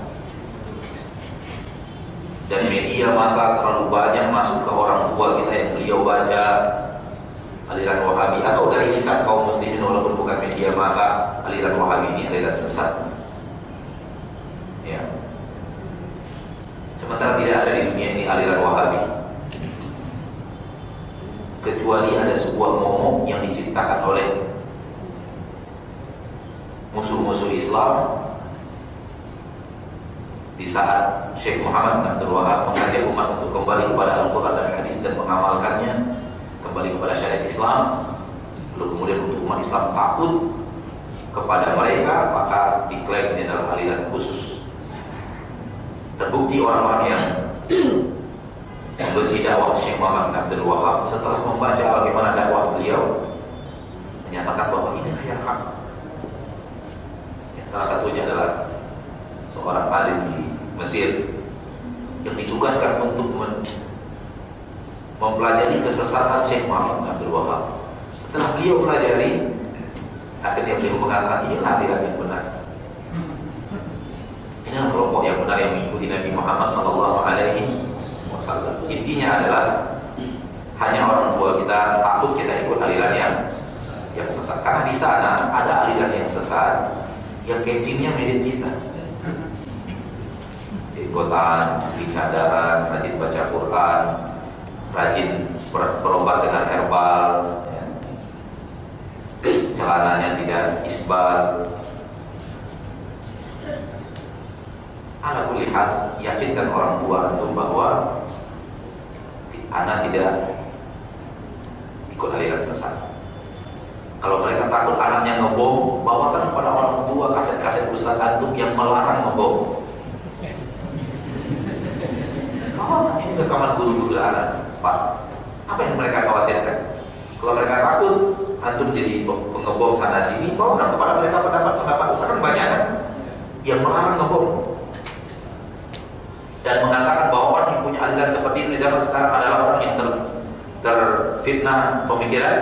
Dan media massa terlalu banyak masuk ke orang tua kita yang beliau baca aliran Wahabi, atau dari kisah kaum muslimin walaupun bukan media massa, aliran Wahabi ini aliran sesat. Ya. Sementara tidak ada di dunia ini aliran Wahabi, kecuali ada sebuah momok yang diciptakan oleh musuh-musuh Islam di saat Syekh Muhammad bin Abdul Wahab mengajak umat untuk kembali kepada Al-Quran dan Hadis dan mengamalkannya, kembali kepada syariat Islam. Lalu kemudian untuk umat Islam takut kepada mereka, maka diklaim ini adalah aliran khusus. Terbukti orang-orang yang membenci dakwah Syekh Muhammad bin Abdul Wahab setelah membaca bagaimana dakwah beliau menyatakan bahwa inilah yang hak. Salah satunya adalah seorang alim di Mesir yang ditugaskan untuk mempelajari kesesatan Syekh Muhammad bin Abdul Wahab. Setelah beliau pelajari, akhirnya beliau mengatakan inilah aliran yang benar. Inilah kelompok yang benar yang mengikuti Nabi Muhammad SAW. Intinya adalah hanya orang tua kita takut kita ikut aliran yang sesat, karena di sana ada aliran yang sesat yang casingnya mirip kita. Kotaan, istri cadaran, rajin baca Quran, rajin berobat dengan herbal, ya. Celananya tidak isbal. Ala kulli hal, yakinkan orang tua antum bahwa anak tidak ikut aliran sesat. Kalau mereka takut anaknya ngebom, bawakan kepada orang tua kaset-kaset ustaz antum yang melarang ngebom. Ini rekaman guru-guru anak, Pak. Apa yang mereka khawatirkan? Kalau mereka takut antum jadi pengebom sana sini, bawakan kepada mereka pendapat ustaz kan banyak kan yang melarang ngebom dan mengatakan bahwa orang yang punya aliran seperti itu di zaman sekarang adalah orang yang terfitnah pemikiran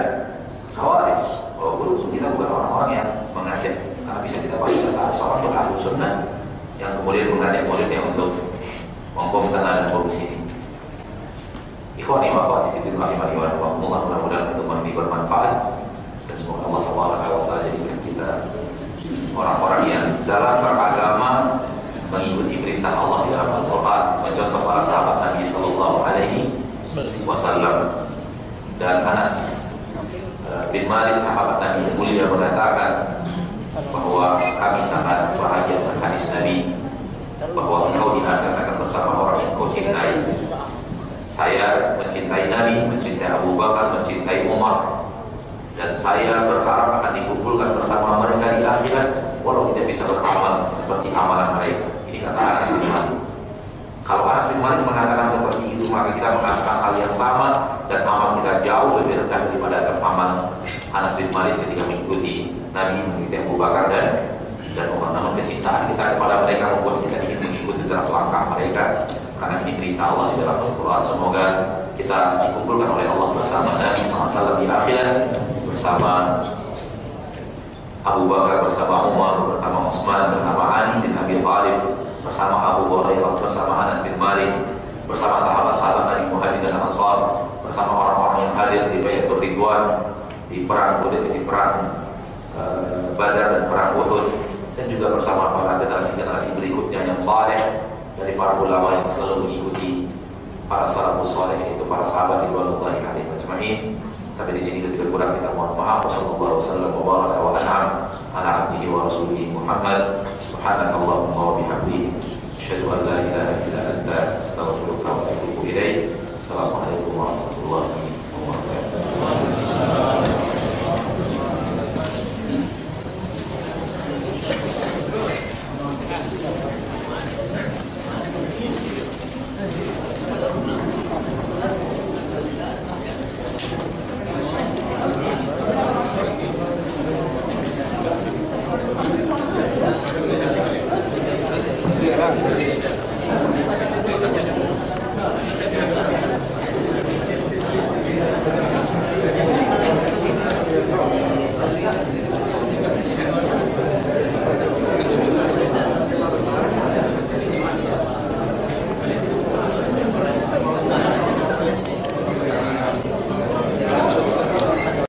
Khawarij. Walaupun kita bukan orang-orang yang mengajak, karena bisa kita pastikan ada seorang yang ahlu sunnah yang kemudian mengajak muridnya untuk membom sana dan bom sini. Ikhwani wa akhwati fillah rahimani wa rahimakumullah, mudah-mudahan pertemuan ini bermanfaat dan semoga Allah Subhanahu wa taala jadikan kita orang-orang yang dalam beragama mengikuti perintah Allah di dalam Al-Qur'an, mencontoh para sahabat Nabi sallallahu alaihi wasallam. Dan Anas bin Malik, sahabat Nabi yang mulia, mengatakan bahwa kami sangat bahagia dengan hadis Nabi bahwa engkau di akhirat akan bersama orang yang kau cintai. Saya mencintai Nabi, mencintai Abu Bakar, mencintai Umar, dan saya berharap akan dikumpulkan bersama mereka di akhirat walau tidak bisa beramal seperti amalan mereka. Ini kata Anas bin Malik. Kalau Anas bin Malik mengatakan seperti itu, maka kita mengatakan hal yang sama dan amal kita jauh lebih rendah daripada amal Anas bin Malik ketika mengikuti Nabi, mengikuti Abu Bakar dan Umar. Namun kecintaan kita kepada mereka membuat kita ingin mengikuti dalam langkah mereka, karena ini perintah Allah di dalam Al-Quran. Semoga kita dikumpulkan oleh Allah bersama Nabi SAW di akhirat, bersama Abu Bakar, bersama Umar, bersama Utsman, bersama Ali bin Abi Thalib, bersama Abu Hurairah, bersama Anas bin Malik, bersama sahabat-sahabat Nabi Muhajirin dan Ansar, bersama orang-orang yang hadir di Baitul Ridwan, di perang Badar dan perang Uhud, dan juga bersama para generasi-generasi berikutnya yang saleh dari para ulama yang selalu mengikuti para salafus saleh, yaitu para sahabat ridwanullahi alaihim ajma'in. Sampai di sini lebih kurang kita mohon maaf. Wassallallahu wasallam wa baraka wa an'am ala abdihi wa rasulihi Muhammad. Subhanakallahumma